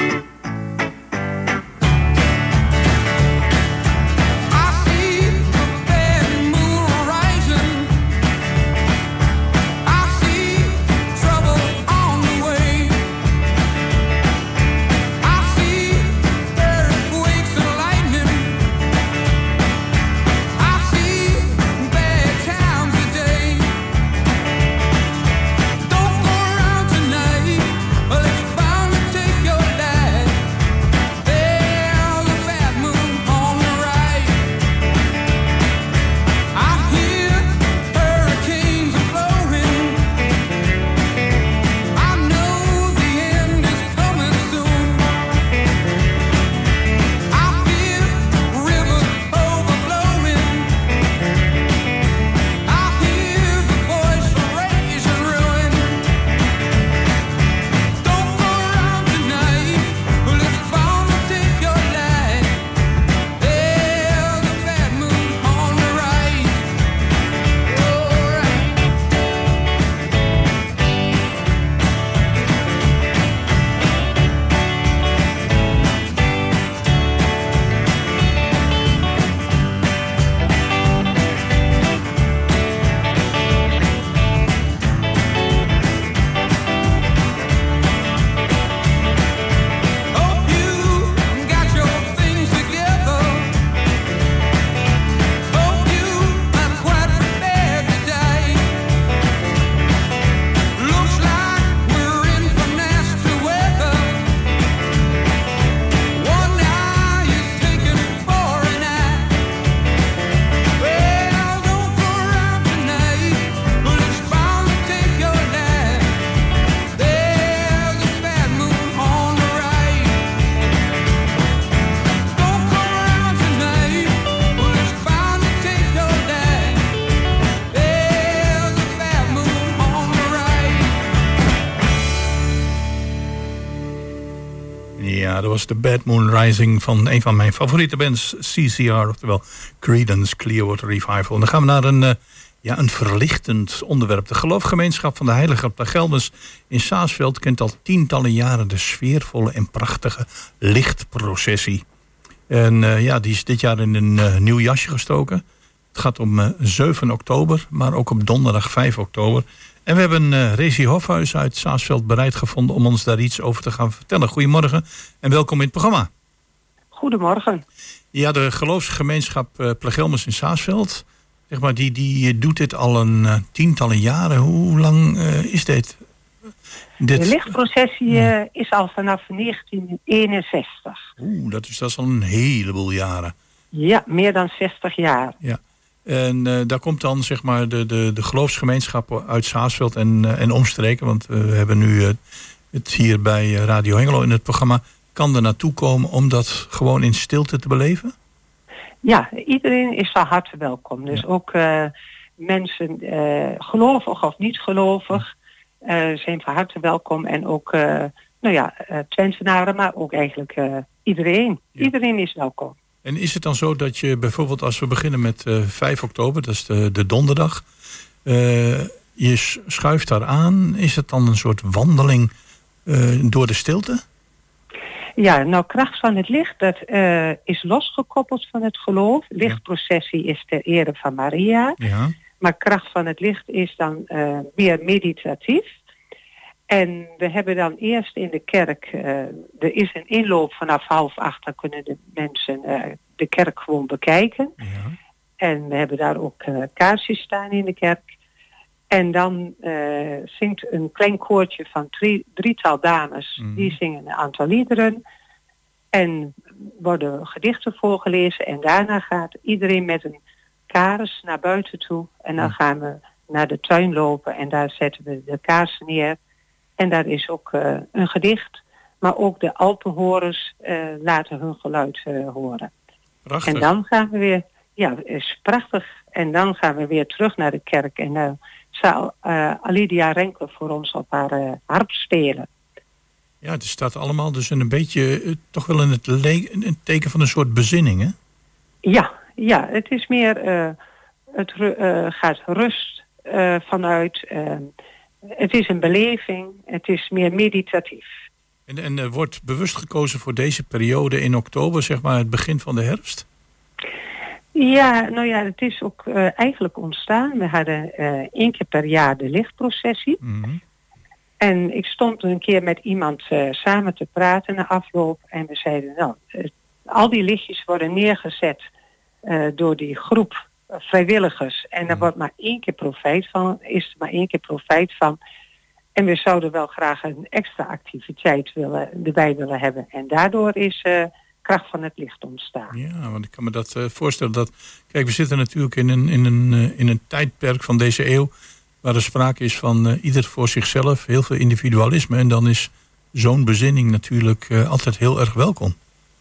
Ja, dat was de Bad Moon Rising van een van mijn favoriete bands, C C R, oftewel Creedence Clearwater Revival. En dan gaan we naar een, uh, ja, een verlichtend onderwerp. De geloofsgemeenschap van de Heilige Plagelmus in Saasveld kent al tientallen jaren de sfeervolle en prachtige lichtprocessie. En uh, ja, die is dit jaar in een uh, nieuw jasje gestoken. Het gaat om uh, zeven oktober, maar ook op donderdag vijf oktober. En we hebben uh, Rezi Hofhuis uit Saasveld bereid gevonden om ons daar iets over te gaan vertellen. Goedemorgen en welkom in het programma. Goedemorgen. Ja, de geloofsgemeenschap uh, Plagelmus in Saasveld, zeg maar, die, die doet dit al een uh, tientallen jaren. Hoe lang uh, is dit? dit? De lichtprocessie uh, is al vanaf negentien eenenzestig. Oeh, dat is, dat is al een heleboel jaren. Ja, meer dan zestig jaar. Ja. En uh, daar komt dan zeg maar de, de, de geloofsgemeenschap uit Saasveld en, uh, en omstreken. Want uh, we hebben nu uh, het hier bij Radio Hengelo in het programma. Kan er naartoe komen om dat gewoon in stilte te beleven? Ja, iedereen is van harte welkom. Dus ja. ook uh, mensen, uh, gelovig of niet gelovig, uh, zijn van harte welkom. En ook, uh, nou ja, uh, Twentenaren, maar ook eigenlijk uh, iedereen. Ja. Iedereen is welkom. En is het dan zo dat je bijvoorbeeld als we beginnen met uh, vijf oktober, dat is de, de donderdag. Uh, je schuift daar aan. Is het dan een soort wandeling uh, door de stilte? Ja, nou, kracht van het licht, dat uh, is losgekoppeld van het geloof. Lichtprocessie is ter ere van Maria. Ja. Maar kracht van het licht is dan uh, meer meditatief. En we hebben dan eerst in de kerk, uh, er is een inloop vanaf half acht, dan kunnen de mensen uh, de kerk gewoon bekijken. Ja. En we hebben daar ook uh, kaarsjes staan in de kerk. En dan uh, zingt een klein koortje van drie, drietal dames, mm. die zingen een aantal liederen. En worden gedichten voorgelezen. En daarna gaat iedereen met een kaars naar buiten toe. En dan gaan we naar de tuin lopen en daar zetten we de kaarsen neer. En daar is ook uh, een gedicht. Maar ook de Alpenhorens uh, laten hun geluid uh, horen. Prachtig. En dan gaan we weer, ja, het is prachtig. En dan gaan we weer terug naar de kerk. En dan uh, zal uh, Alidia Renke voor ons op haar uh, harp spelen. Ja, het staat allemaal dus een beetje, uh, toch wel in het le- een teken van een soort bezinning, hè? Ja, ja, het is meer, uh, het uh, gaat rust uh, vanuit. Uh, het is een beleving, het is meer meditatief. En, en er wordt bewust gekozen voor deze periode in oktober, zeg maar het begin van de herfst? Ja, nou ja, het is ook uh, eigenlijk ontstaan. We hadden uh, één keer per jaar de lichtprocessie. Mm-hmm. En ik stond een keer met iemand uh, samen te praten na afloop. En we zeiden, nou, uh, al die lichtjes worden neergezet uh, door die groep uh, vrijwilligers. En daar wordt maar één keer profijt van, is er maar één keer profijt van. En we zouden wel graag een extra activiteit willen, erbij willen hebben. En daardoor is uh, kracht van het licht ontstaan. Ja, want ik kan me dat uh, voorstellen. Dat, kijk, we zitten natuurlijk in een, in, een, uh, in een tijdperk van deze eeuw waar er sprake is van uh, ieder voor zichzelf, heel veel individualisme. En dan is zo'n bezinning natuurlijk uh, altijd heel erg welkom.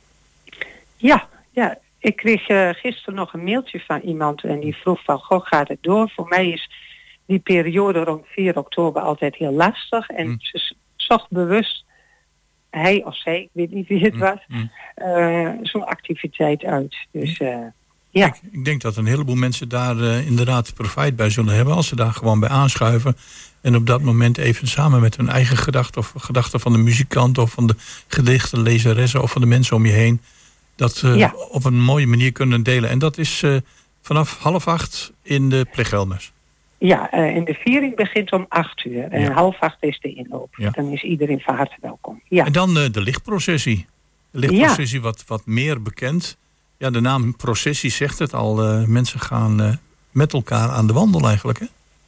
Ja, ja. Ik kreeg uh, gisteren nog een mailtje van iemand en die vroeg van, goh, gaat het door? Voor mij is die periode rond vier oktober altijd heel lastig. En mm. ze zocht bewust, hij of zij, ik weet niet wie het was, mm. uh, zo'n activiteit uit. Dus uh, ja. Ik, ik denk dat een heleboel mensen daar uh, inderdaad profijt bij zullen hebben als ze daar gewoon bij aanschuiven. En op dat moment even samen met hun eigen gedachten of gedachten van de muzikant of van de gedichtenlezeressen of van de mensen om je heen dat uh, ja. op een mooie manier kunnen delen. En dat is uh, vanaf half acht in de Plegelmes. Ja, uh, en de viering begint om acht uur. En ja. half acht is de inloop. Ja. Dan is iedereen van harte welkom. Ja. En dan uh, de lichtprocessie. De lichtprocessie ja. wat, wat meer bekend. Ja, de naam processie zegt het al. Uh, mensen gaan uh, met elkaar aan de wandel eigenlijk, hè?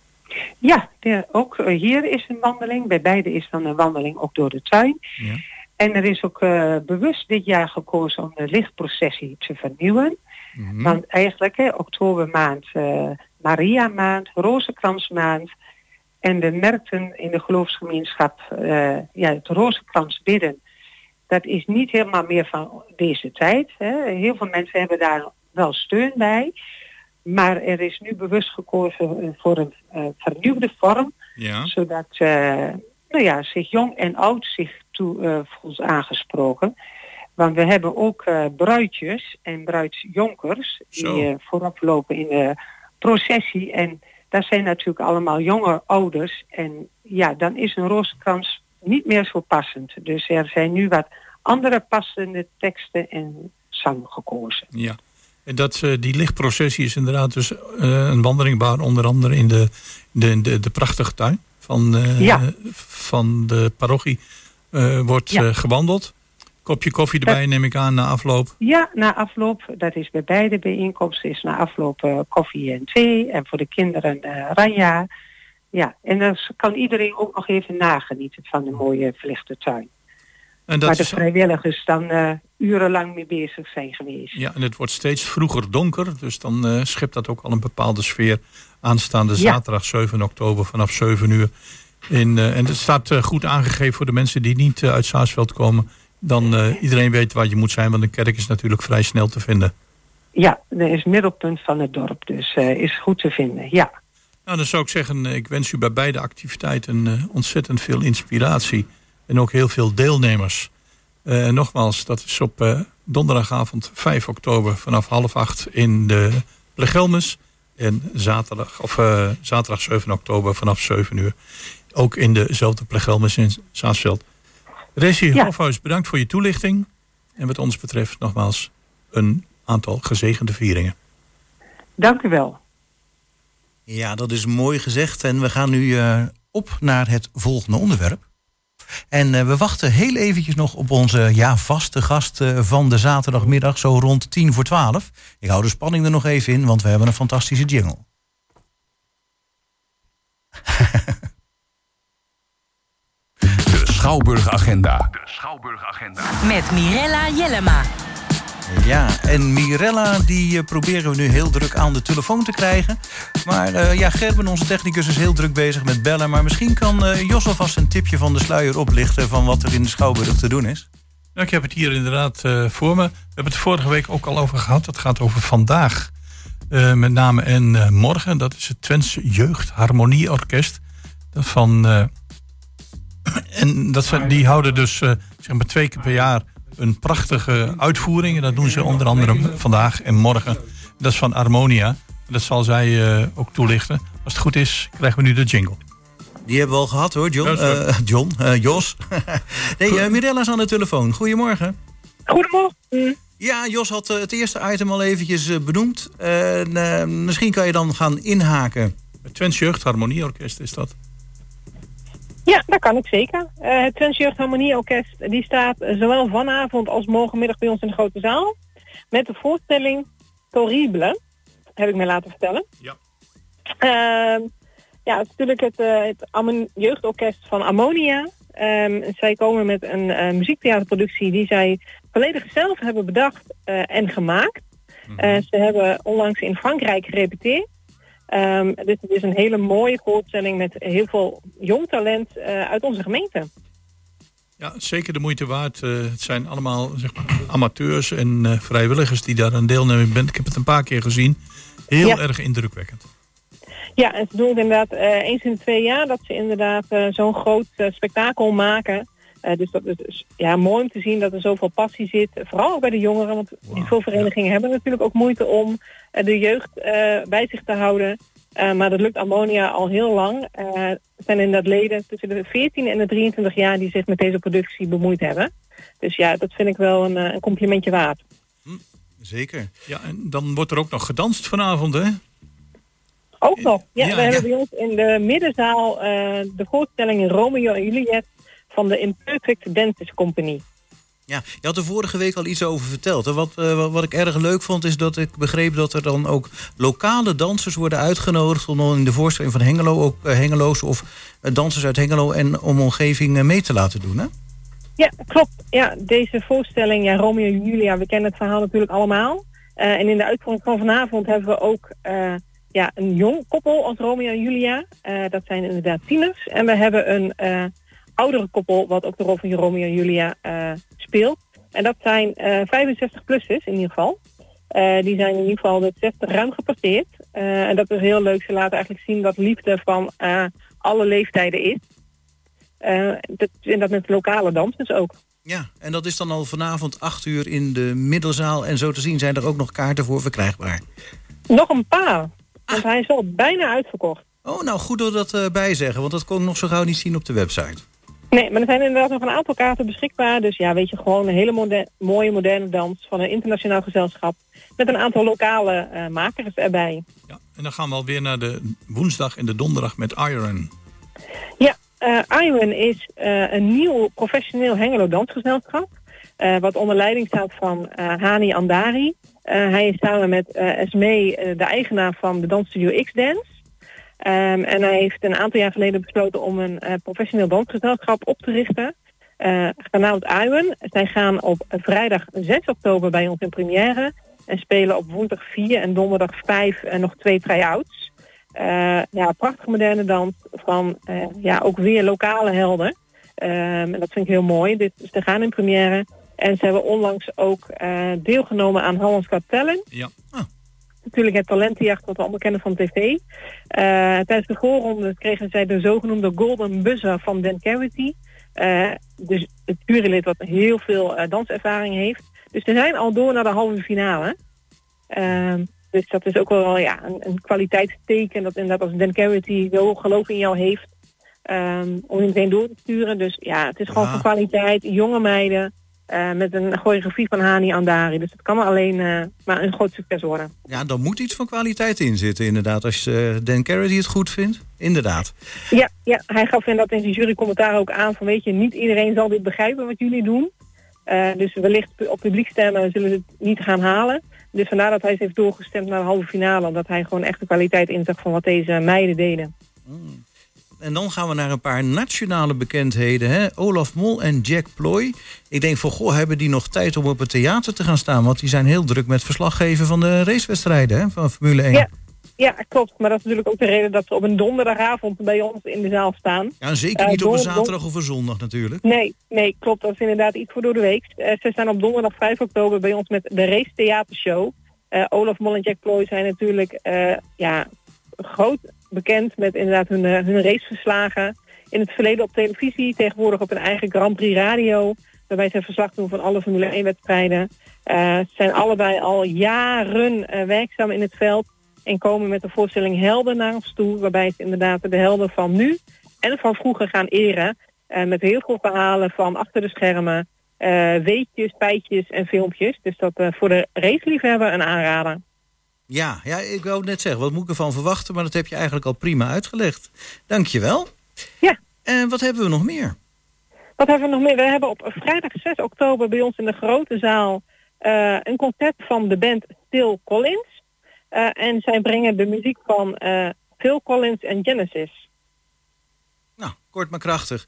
Ja, de, ook uh, hier is een wandeling. Bij beide is dan een wandeling ook door de tuin. Ja. En er is ook uh, bewust dit jaar gekozen om de lichtprocessie te vernieuwen. Mm-hmm. Want eigenlijk, hè, oktobermaand, uh, Maria maand, Rozenkransmaand. En we merkten in de geloofsgemeenschap, uh, ja, het Rozenkrans bidden, dat is niet helemaal meer van deze tijd. Hè. Heel veel mensen hebben daar wel steun bij. Maar er is nu bewust gekozen voor een uh, vernieuwde vorm. Ja. Zodat uh, nou ja, zich jong en oud zich toe uh, voelt aangesproken. Want we hebben ook uh, bruidjes en bruidsjonkers Zo. die uh, voorop lopen in de processie. En dat zijn natuurlijk allemaal jonge ouders. En ja, dan is een rozenkrans niet meer zo passend. Dus er zijn nu wat andere passende teksten en zang gekozen. Ja, en dat, uh, die lichtprocessie is inderdaad dus uh, een wandelingbaar onder andere in de, de, de, de prachtige tuin van, uh, ja. van de parochie uh, wordt ja. uh, gewandeld. Kopje koffie erbij, dat, neem ik aan, na afloop? Ja, na afloop. Dat is bij beide bijeenkomsten is na afloop uh, koffie en thee. En voor de kinderen uh, ranja. Ja, en dan kan iedereen ook nog even nagenieten van de mooie verlichte tuin. En dat waar de is... vrijwilligers dan uh, urenlang mee bezig zijn geweest. Ja, en het wordt steeds vroeger donker. Dus dan uh, schept dat ook al een bepaalde sfeer. Aanstaande zaterdag zeven oktober vanaf zeven uur. In, uh, en het staat uh, goed aangegeven voor de mensen die niet uh, uit Saarsveld komen. Dan uh, iedereen weet waar je moet zijn, want een kerk is natuurlijk vrij snel te vinden. Ja, dat is het middelpunt van het dorp, dus uh, is goed te vinden, ja. Nou, dan zou ik zeggen, ik wens u bij beide activiteiten uh, ontzettend veel inspiratie. En ook heel veel deelnemers. Uh, en nogmaals, dat is op uh, donderdagavond vijf oktober vanaf half acht in de Plegelmes. En zaterdag, of uh, zaterdag zeven oktober vanaf zeven uur. Ook in dezelfde plegelmes in Zaasveld. Resi ja. Hofhuis, bedankt voor je toelichting. En wat ons betreft nogmaals een aantal gezegende vieringen. Dank u wel. Ja, dat is mooi gezegd. En we gaan nu uh, op naar het volgende onderwerp. En uh, we wachten heel eventjes nog op onze ja, vaste gast uh, van de zaterdagmiddag, zo rond tien voor twaalf. Ik hou de spanning er nog even in, want we hebben een fantastische jingle. De Schouwburg-agenda. De Schouwburg-agenda. Met Mirella Jellema. Ja, en Mirella die uh, proberen we nu heel druk aan de telefoon te krijgen. Maar uh, ja, Gerben, onze technicus, is heel druk bezig met bellen. Maar misschien kan uh, Jos alvast een tipje van de sluier oplichten van wat er in de Schouwburg te doen is. Nou, ik heb het hier inderdaad uh, voor me. We hebben het vorige week ook al over gehad. Het gaat over vandaag. Uh, met name en uh, morgen. Dat is het Twentse Jeugdharmonieorkest. Dat van... Uh, en dat zijn, die houden dus uh, zeg maar twee keer per jaar een prachtige uitvoering. En dat doen ze onder andere vandaag en morgen. Dat is van Harmonia. Dat zal zij uh, ook toelichten. Als het goed is, krijgen we nu de jingle. Die hebben we al gehad hoor, John. Ja, uh, John, uh, Jos. nee, uh, Mirella is aan de telefoon. Goedemorgen. Goedemorgen. Ja, Jos had uh, het eerste item al eventjes uh, benoemd. Uh, uh, misschien kan je dan gaan inhaken. Het Twents Jeugdharmonieorkest is dat. Ja, dat kan ik zeker. Uh, het Twents Jeugdharmonieorkest die staat zowel vanavond als morgenmiddag bij ons in de grote zaal. Met de voorstelling Terrible, heb ik mij laten vertellen. Ja. Uh, ja, het is natuurlijk het, uh, het jeugdorkest van Harmonia. Um, zij komen met een uh, muziektheaterproductie die zij volledig zelf hebben bedacht uh, en gemaakt. Mm-hmm. Uh, ze hebben onlangs in Frankrijk gerepeteerd. Um, dus het is een hele mooie voorstelling met heel veel jong talent uh, uit onze gemeente. Ja, zeker de moeite waard. Uh, het zijn allemaal zeg maar, amateurs en uh, vrijwilligers die daar aan deelnemen bent. Ik heb het een paar keer gezien. Heel ja. erg indrukwekkend. Ja, en ze doen het inderdaad uh, eens in de twee jaar dat ze inderdaad uh, zo'n groot uh, spektakel maken. Uh, dus dat is ja, mooi om te zien dat er zoveel passie zit. Vooral ook bij de jongeren, want wow. veel verenigingen ja. hebben natuurlijk ook moeite om uh, de jeugd uh, bij zich te houden. Uh, maar dat lukt Harmonia al heel lang. Uh, er zijn inderdaad leden tussen de veertien en de drieëntwintig jaar die zich met deze productie bemoeid hebben. Dus ja, dat vind ik wel een, een complimentje waard. Hm, zeker. Ja, en dan wordt er ook nog gedanst vanavond, hè? Ook nog. Ja, ja we ja. hebben bij ons in de middenzaal uh, de voorstelling Romeo en Juliet van de Imperfect Dancers Company. Ja, je had er vorige week al iets over verteld. Hè? Wat, uh, wat ik erg leuk vond is dat ik begreep dat er dan ook lokale dansers worden uitgenodigd om in de voorstelling van Hengelo ook uh, Hengelo's of uh, dansers uit Hengelo en om omgeving uh, mee te laten doen, hè? Ja, klopt. Ja, deze voorstelling, ja, Romeo en Julia, we kennen het verhaal natuurlijk allemaal. Uh, en in de uitvoering van vanavond hebben we ook uh, ja, een jong koppel als Romeo en Julia. Uh, dat zijn inderdaad tieners. En we hebben een uh, oudere koppel wat ook de rol van Romeo en Julia uh, speelt. En dat zijn uh, vijfenzestig-plussers in ieder geval. Uh, die zijn in ieder geval de zestig ruim gepasseerd. Uh, en dat is heel leuk. Ze laten eigenlijk zien dat liefde van uh, alle leeftijden is. Uh, dat, en dat met lokale dansers ook. Ja, en dat is dan al vanavond acht uur in de middelzaal. En zo te zien zijn er ook nog kaarten voor verkrijgbaar. Nog een paar. Want hij is al bijna uitverkocht. Oh, nou goed dat we dat uh, bijzeggen. Want dat kon ik nog zo gauw niet zien op de website. Nee, maar er zijn inderdaad nog een aantal kaarten beschikbaar. Dus ja, weet je, gewoon een hele moder- mooie moderne dans van een internationaal gezelschap. Met een aantal lokale uh, makers erbij. Ja, en dan gaan we alweer naar de woensdag en de donderdag met Iron. Ja, uh, Iron is uh, een nieuw professioneel Hengelo dansgezelschap. Uh, wat onder leiding staat van uh, Hani Andari. Uh, hij is samen met uh, Esmee, uh, de eigenaar van de dansstudio X-Dance. Um, en hij heeft een aantal jaar geleden besloten om een uh, professioneel dansgezelschap op te richten. Uh, genaamd Iron. Zij gaan op vrijdag zes oktober bij ons in première. En spelen op woensdag vier en donderdag vijf en nog twee try-outs. Uh, ja, prachtige moderne dans van uh, ja, ook weer lokale helden. Um, en dat vind ik heel mooi. Dit, ze gaan in première. En ze hebben onlangs ook uh, deelgenomen aan Holland's Got Talent. Ja. Oh. Natuurlijk het talentenjacht wat we allemaal kennen van tv. Uh, tijdens de voorronde kregen zij de zogenoemde Golden Buzzer van Dan Carity. Uh, dus het jurylid wat heel veel uh, danservaring heeft. Dus ze zijn al door naar de halve finale. Uh, Dus dat is ook wel ja, een, een kwaliteitsteken. Dat inderdaad als Dan Carity zo geloof in jou heeft. Um, om je meteen door te sturen. Dus ja, het is gewoon Ja. van kwaliteit. Jonge meiden. Uh, met een choreografie van Hani Andari. Dus het kan alleen uh, maar een groot succes worden. Ja, dan moet iets van kwaliteit in zitten, inderdaad. Als uh, Dan Carity het goed vindt. Inderdaad. Ja, ja, hij gaf inderdaad in zijn jurycommentaar ook aan van weet je, niet iedereen zal dit begrijpen wat jullie doen. Uh, dus wellicht op publiekstemmen zullen ze het niet gaan halen. Dus vandaar dat hij ze heeft doorgestemd naar de halve finale. Omdat hij gewoon echt de kwaliteit inzag van wat deze meiden deden. Mm. En dan gaan we naar een paar nationale bekendheden. Hè? Olaf Mol en Jack Ploy. Ik denk van, goh, hebben die nog tijd om op het theater te gaan staan? Want die zijn heel druk met verslaggeven van de racewedstrijden, hè? Van Formule één. Ja, ja, klopt. Maar dat is natuurlijk ook de reden dat ze op een donderdagavond bij ons in de zaal staan. Ja, zeker niet uh, op een zaterdag of een zondag natuurlijk. Nee, nee, klopt. Dat is inderdaad iets voor door de week. Uh, ze staan op donderdag vijf oktober bij ons met de Race Theatershow. Uh, Olaf Mol en Jack Ploy zijn natuurlijk uh, ja, groot bekend met inderdaad hun, uh, hun raceverslagen. In het verleden op televisie, tegenwoordig op een eigen Grand Prix radio. Waarbij ze verslag doen van alle Formule één wedstrijden. Uh, ze zijn allebei al jaren uh, werkzaam in het veld. En komen met de voorstelling Helden naar ons toe. Waarbij ze inderdaad de helden van nu en van vroeger gaan eren. Uh, met heel veel verhalen van achter de schermen. Uh, weetjes, feitjes en filmpjes. Dus dat uh, voor de raceliefhebber een aanrader. Ja, ja, ik wou net zeggen, wat moet ik ervan verwachten? Maar dat heb je eigenlijk al prima uitgelegd. Dank je wel. Ja. En wat hebben we nog meer? Wat hebben we nog meer? We hebben op vrijdag zes oktober bij ons in de grote zaal uh, een concert van de band Phil Collins. Uh, en zij brengen de muziek van uh, Phil Collins en Genesis. Nou, kort maar krachtig.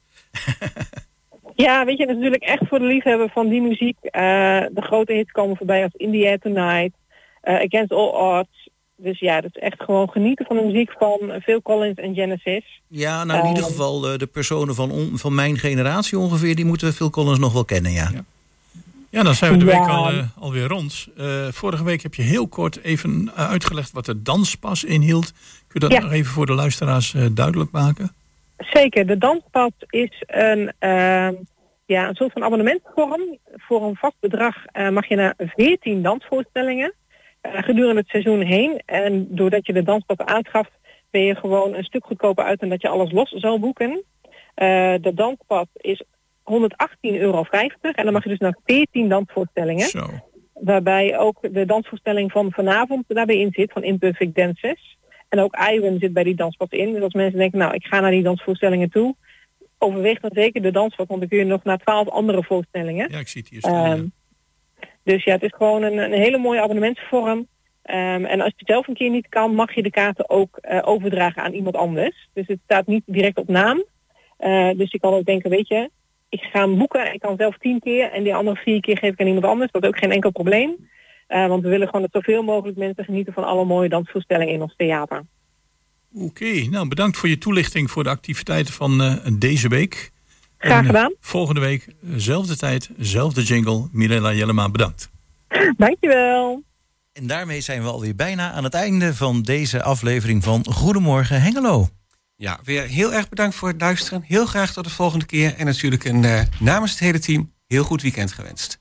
Ja, weet je, dat is natuurlijk echt voor de liefhebber van die muziek. Uh, de grote hits komen voorbij als In the Air Tonight, uh, Against All Odds. Dus ja, dat is echt gewoon genieten van de muziek van Phil Collins en Genesis. Ja, nou in uh, ieder geval uh, de personen van, on, van mijn generatie ongeveer, die moeten Phil Collins nog wel kennen, ja. Ja, ja dan zijn we de week ja. al, uh, alweer rond. Uh, vorige week heb je heel kort even uh, uitgelegd wat de danspas inhield. Kun je dat ja. nog even voor de luisteraars uh, duidelijk maken? Zeker, de danspas is een, uh, ja, een soort van abonnementsvorm. Voor een vast bedrag uh, mag je naar veertien dansvoorstellingen uh, gedurende het seizoen heen. En doordat je de danspas aanschaft, ben je gewoon een stuk goedkoper uit dan dat je alles los zou boeken. Uh, de danspas is honderdachttien euro vijftig en dan mag je dus naar veertien dansvoorstellingen. Zo. Waarbij ook de dansvoorstelling van vanavond daarbij in zit, van Imperfect Dances. En ook Iwan zit bij die danspas in. Dus als mensen denken, nou, ik ga naar die dansvoorstellingen toe, overweeg dan zeker de danspas, want dan kun je nog naar twaalf andere voorstellingen. Ja, ik zie het hier staan. Um, ja. Dus ja, het is gewoon een, een hele mooie abonnementsvorm. Um, en als je het zelf een keer niet kan, mag je de kaarten ook uh, overdragen aan iemand anders. Dus het staat niet direct op naam. Uh, dus je kan ook denken, weet je, ik ga hem boeken, ik kan zelf tien keer en die andere vier keer geef ik aan iemand anders. Dat is ook geen enkel probleem. Uh, want we willen gewoon dat zoveel mogelijk mensen genieten van alle mooie dansvoorstellingen in ons theater. Oké, okay, nou bedankt voor je toelichting voor de activiteiten van uh, deze week. Graag en, gedaan. Uh, volgende week, zelfde tijd, zelfde jingle. Mirella Jellema, bedankt. Dankjewel. En daarmee zijn we alweer bijna aan het einde van deze aflevering van Goedemorgen Hengelo. Ja, weer heel erg bedankt voor het luisteren. Heel graag tot de volgende keer. En natuurlijk een, uh, namens het hele team heel goed weekend gewenst.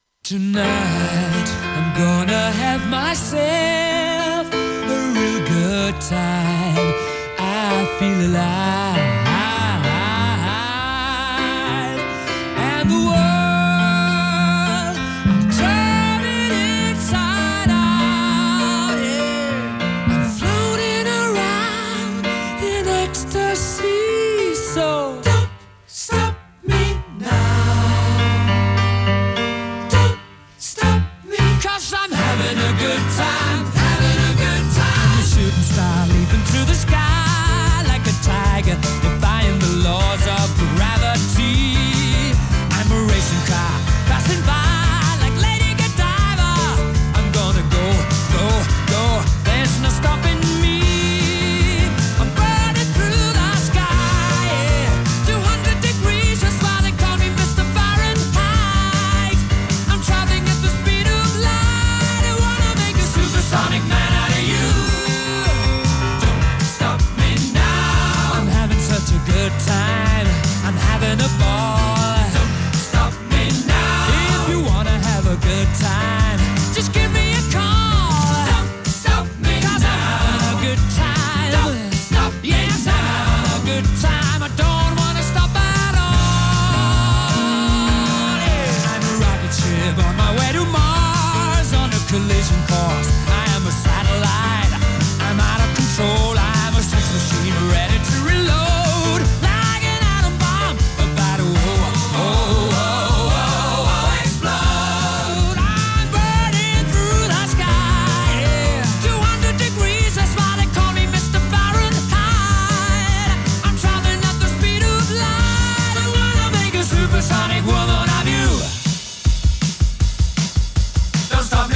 Tonight I'm gonna have myself a real good time. I feel alive. And the world, I'm turning inside out, yeah. I'm floating around in ecstasy. So don't stop me now. I'm having a good time, having a good time. The shooting star leaping through the sky like a tiger, defying the laws of gravity. I'm a racing car passing by like Lady Godiva. I'm gonna go, go, go. There's no stopping me. I'm burning through the sky, yeah, to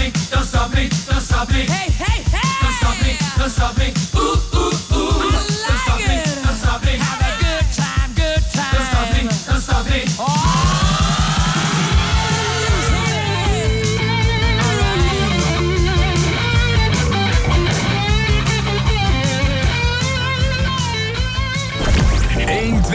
me, don't stop me, don't stop me.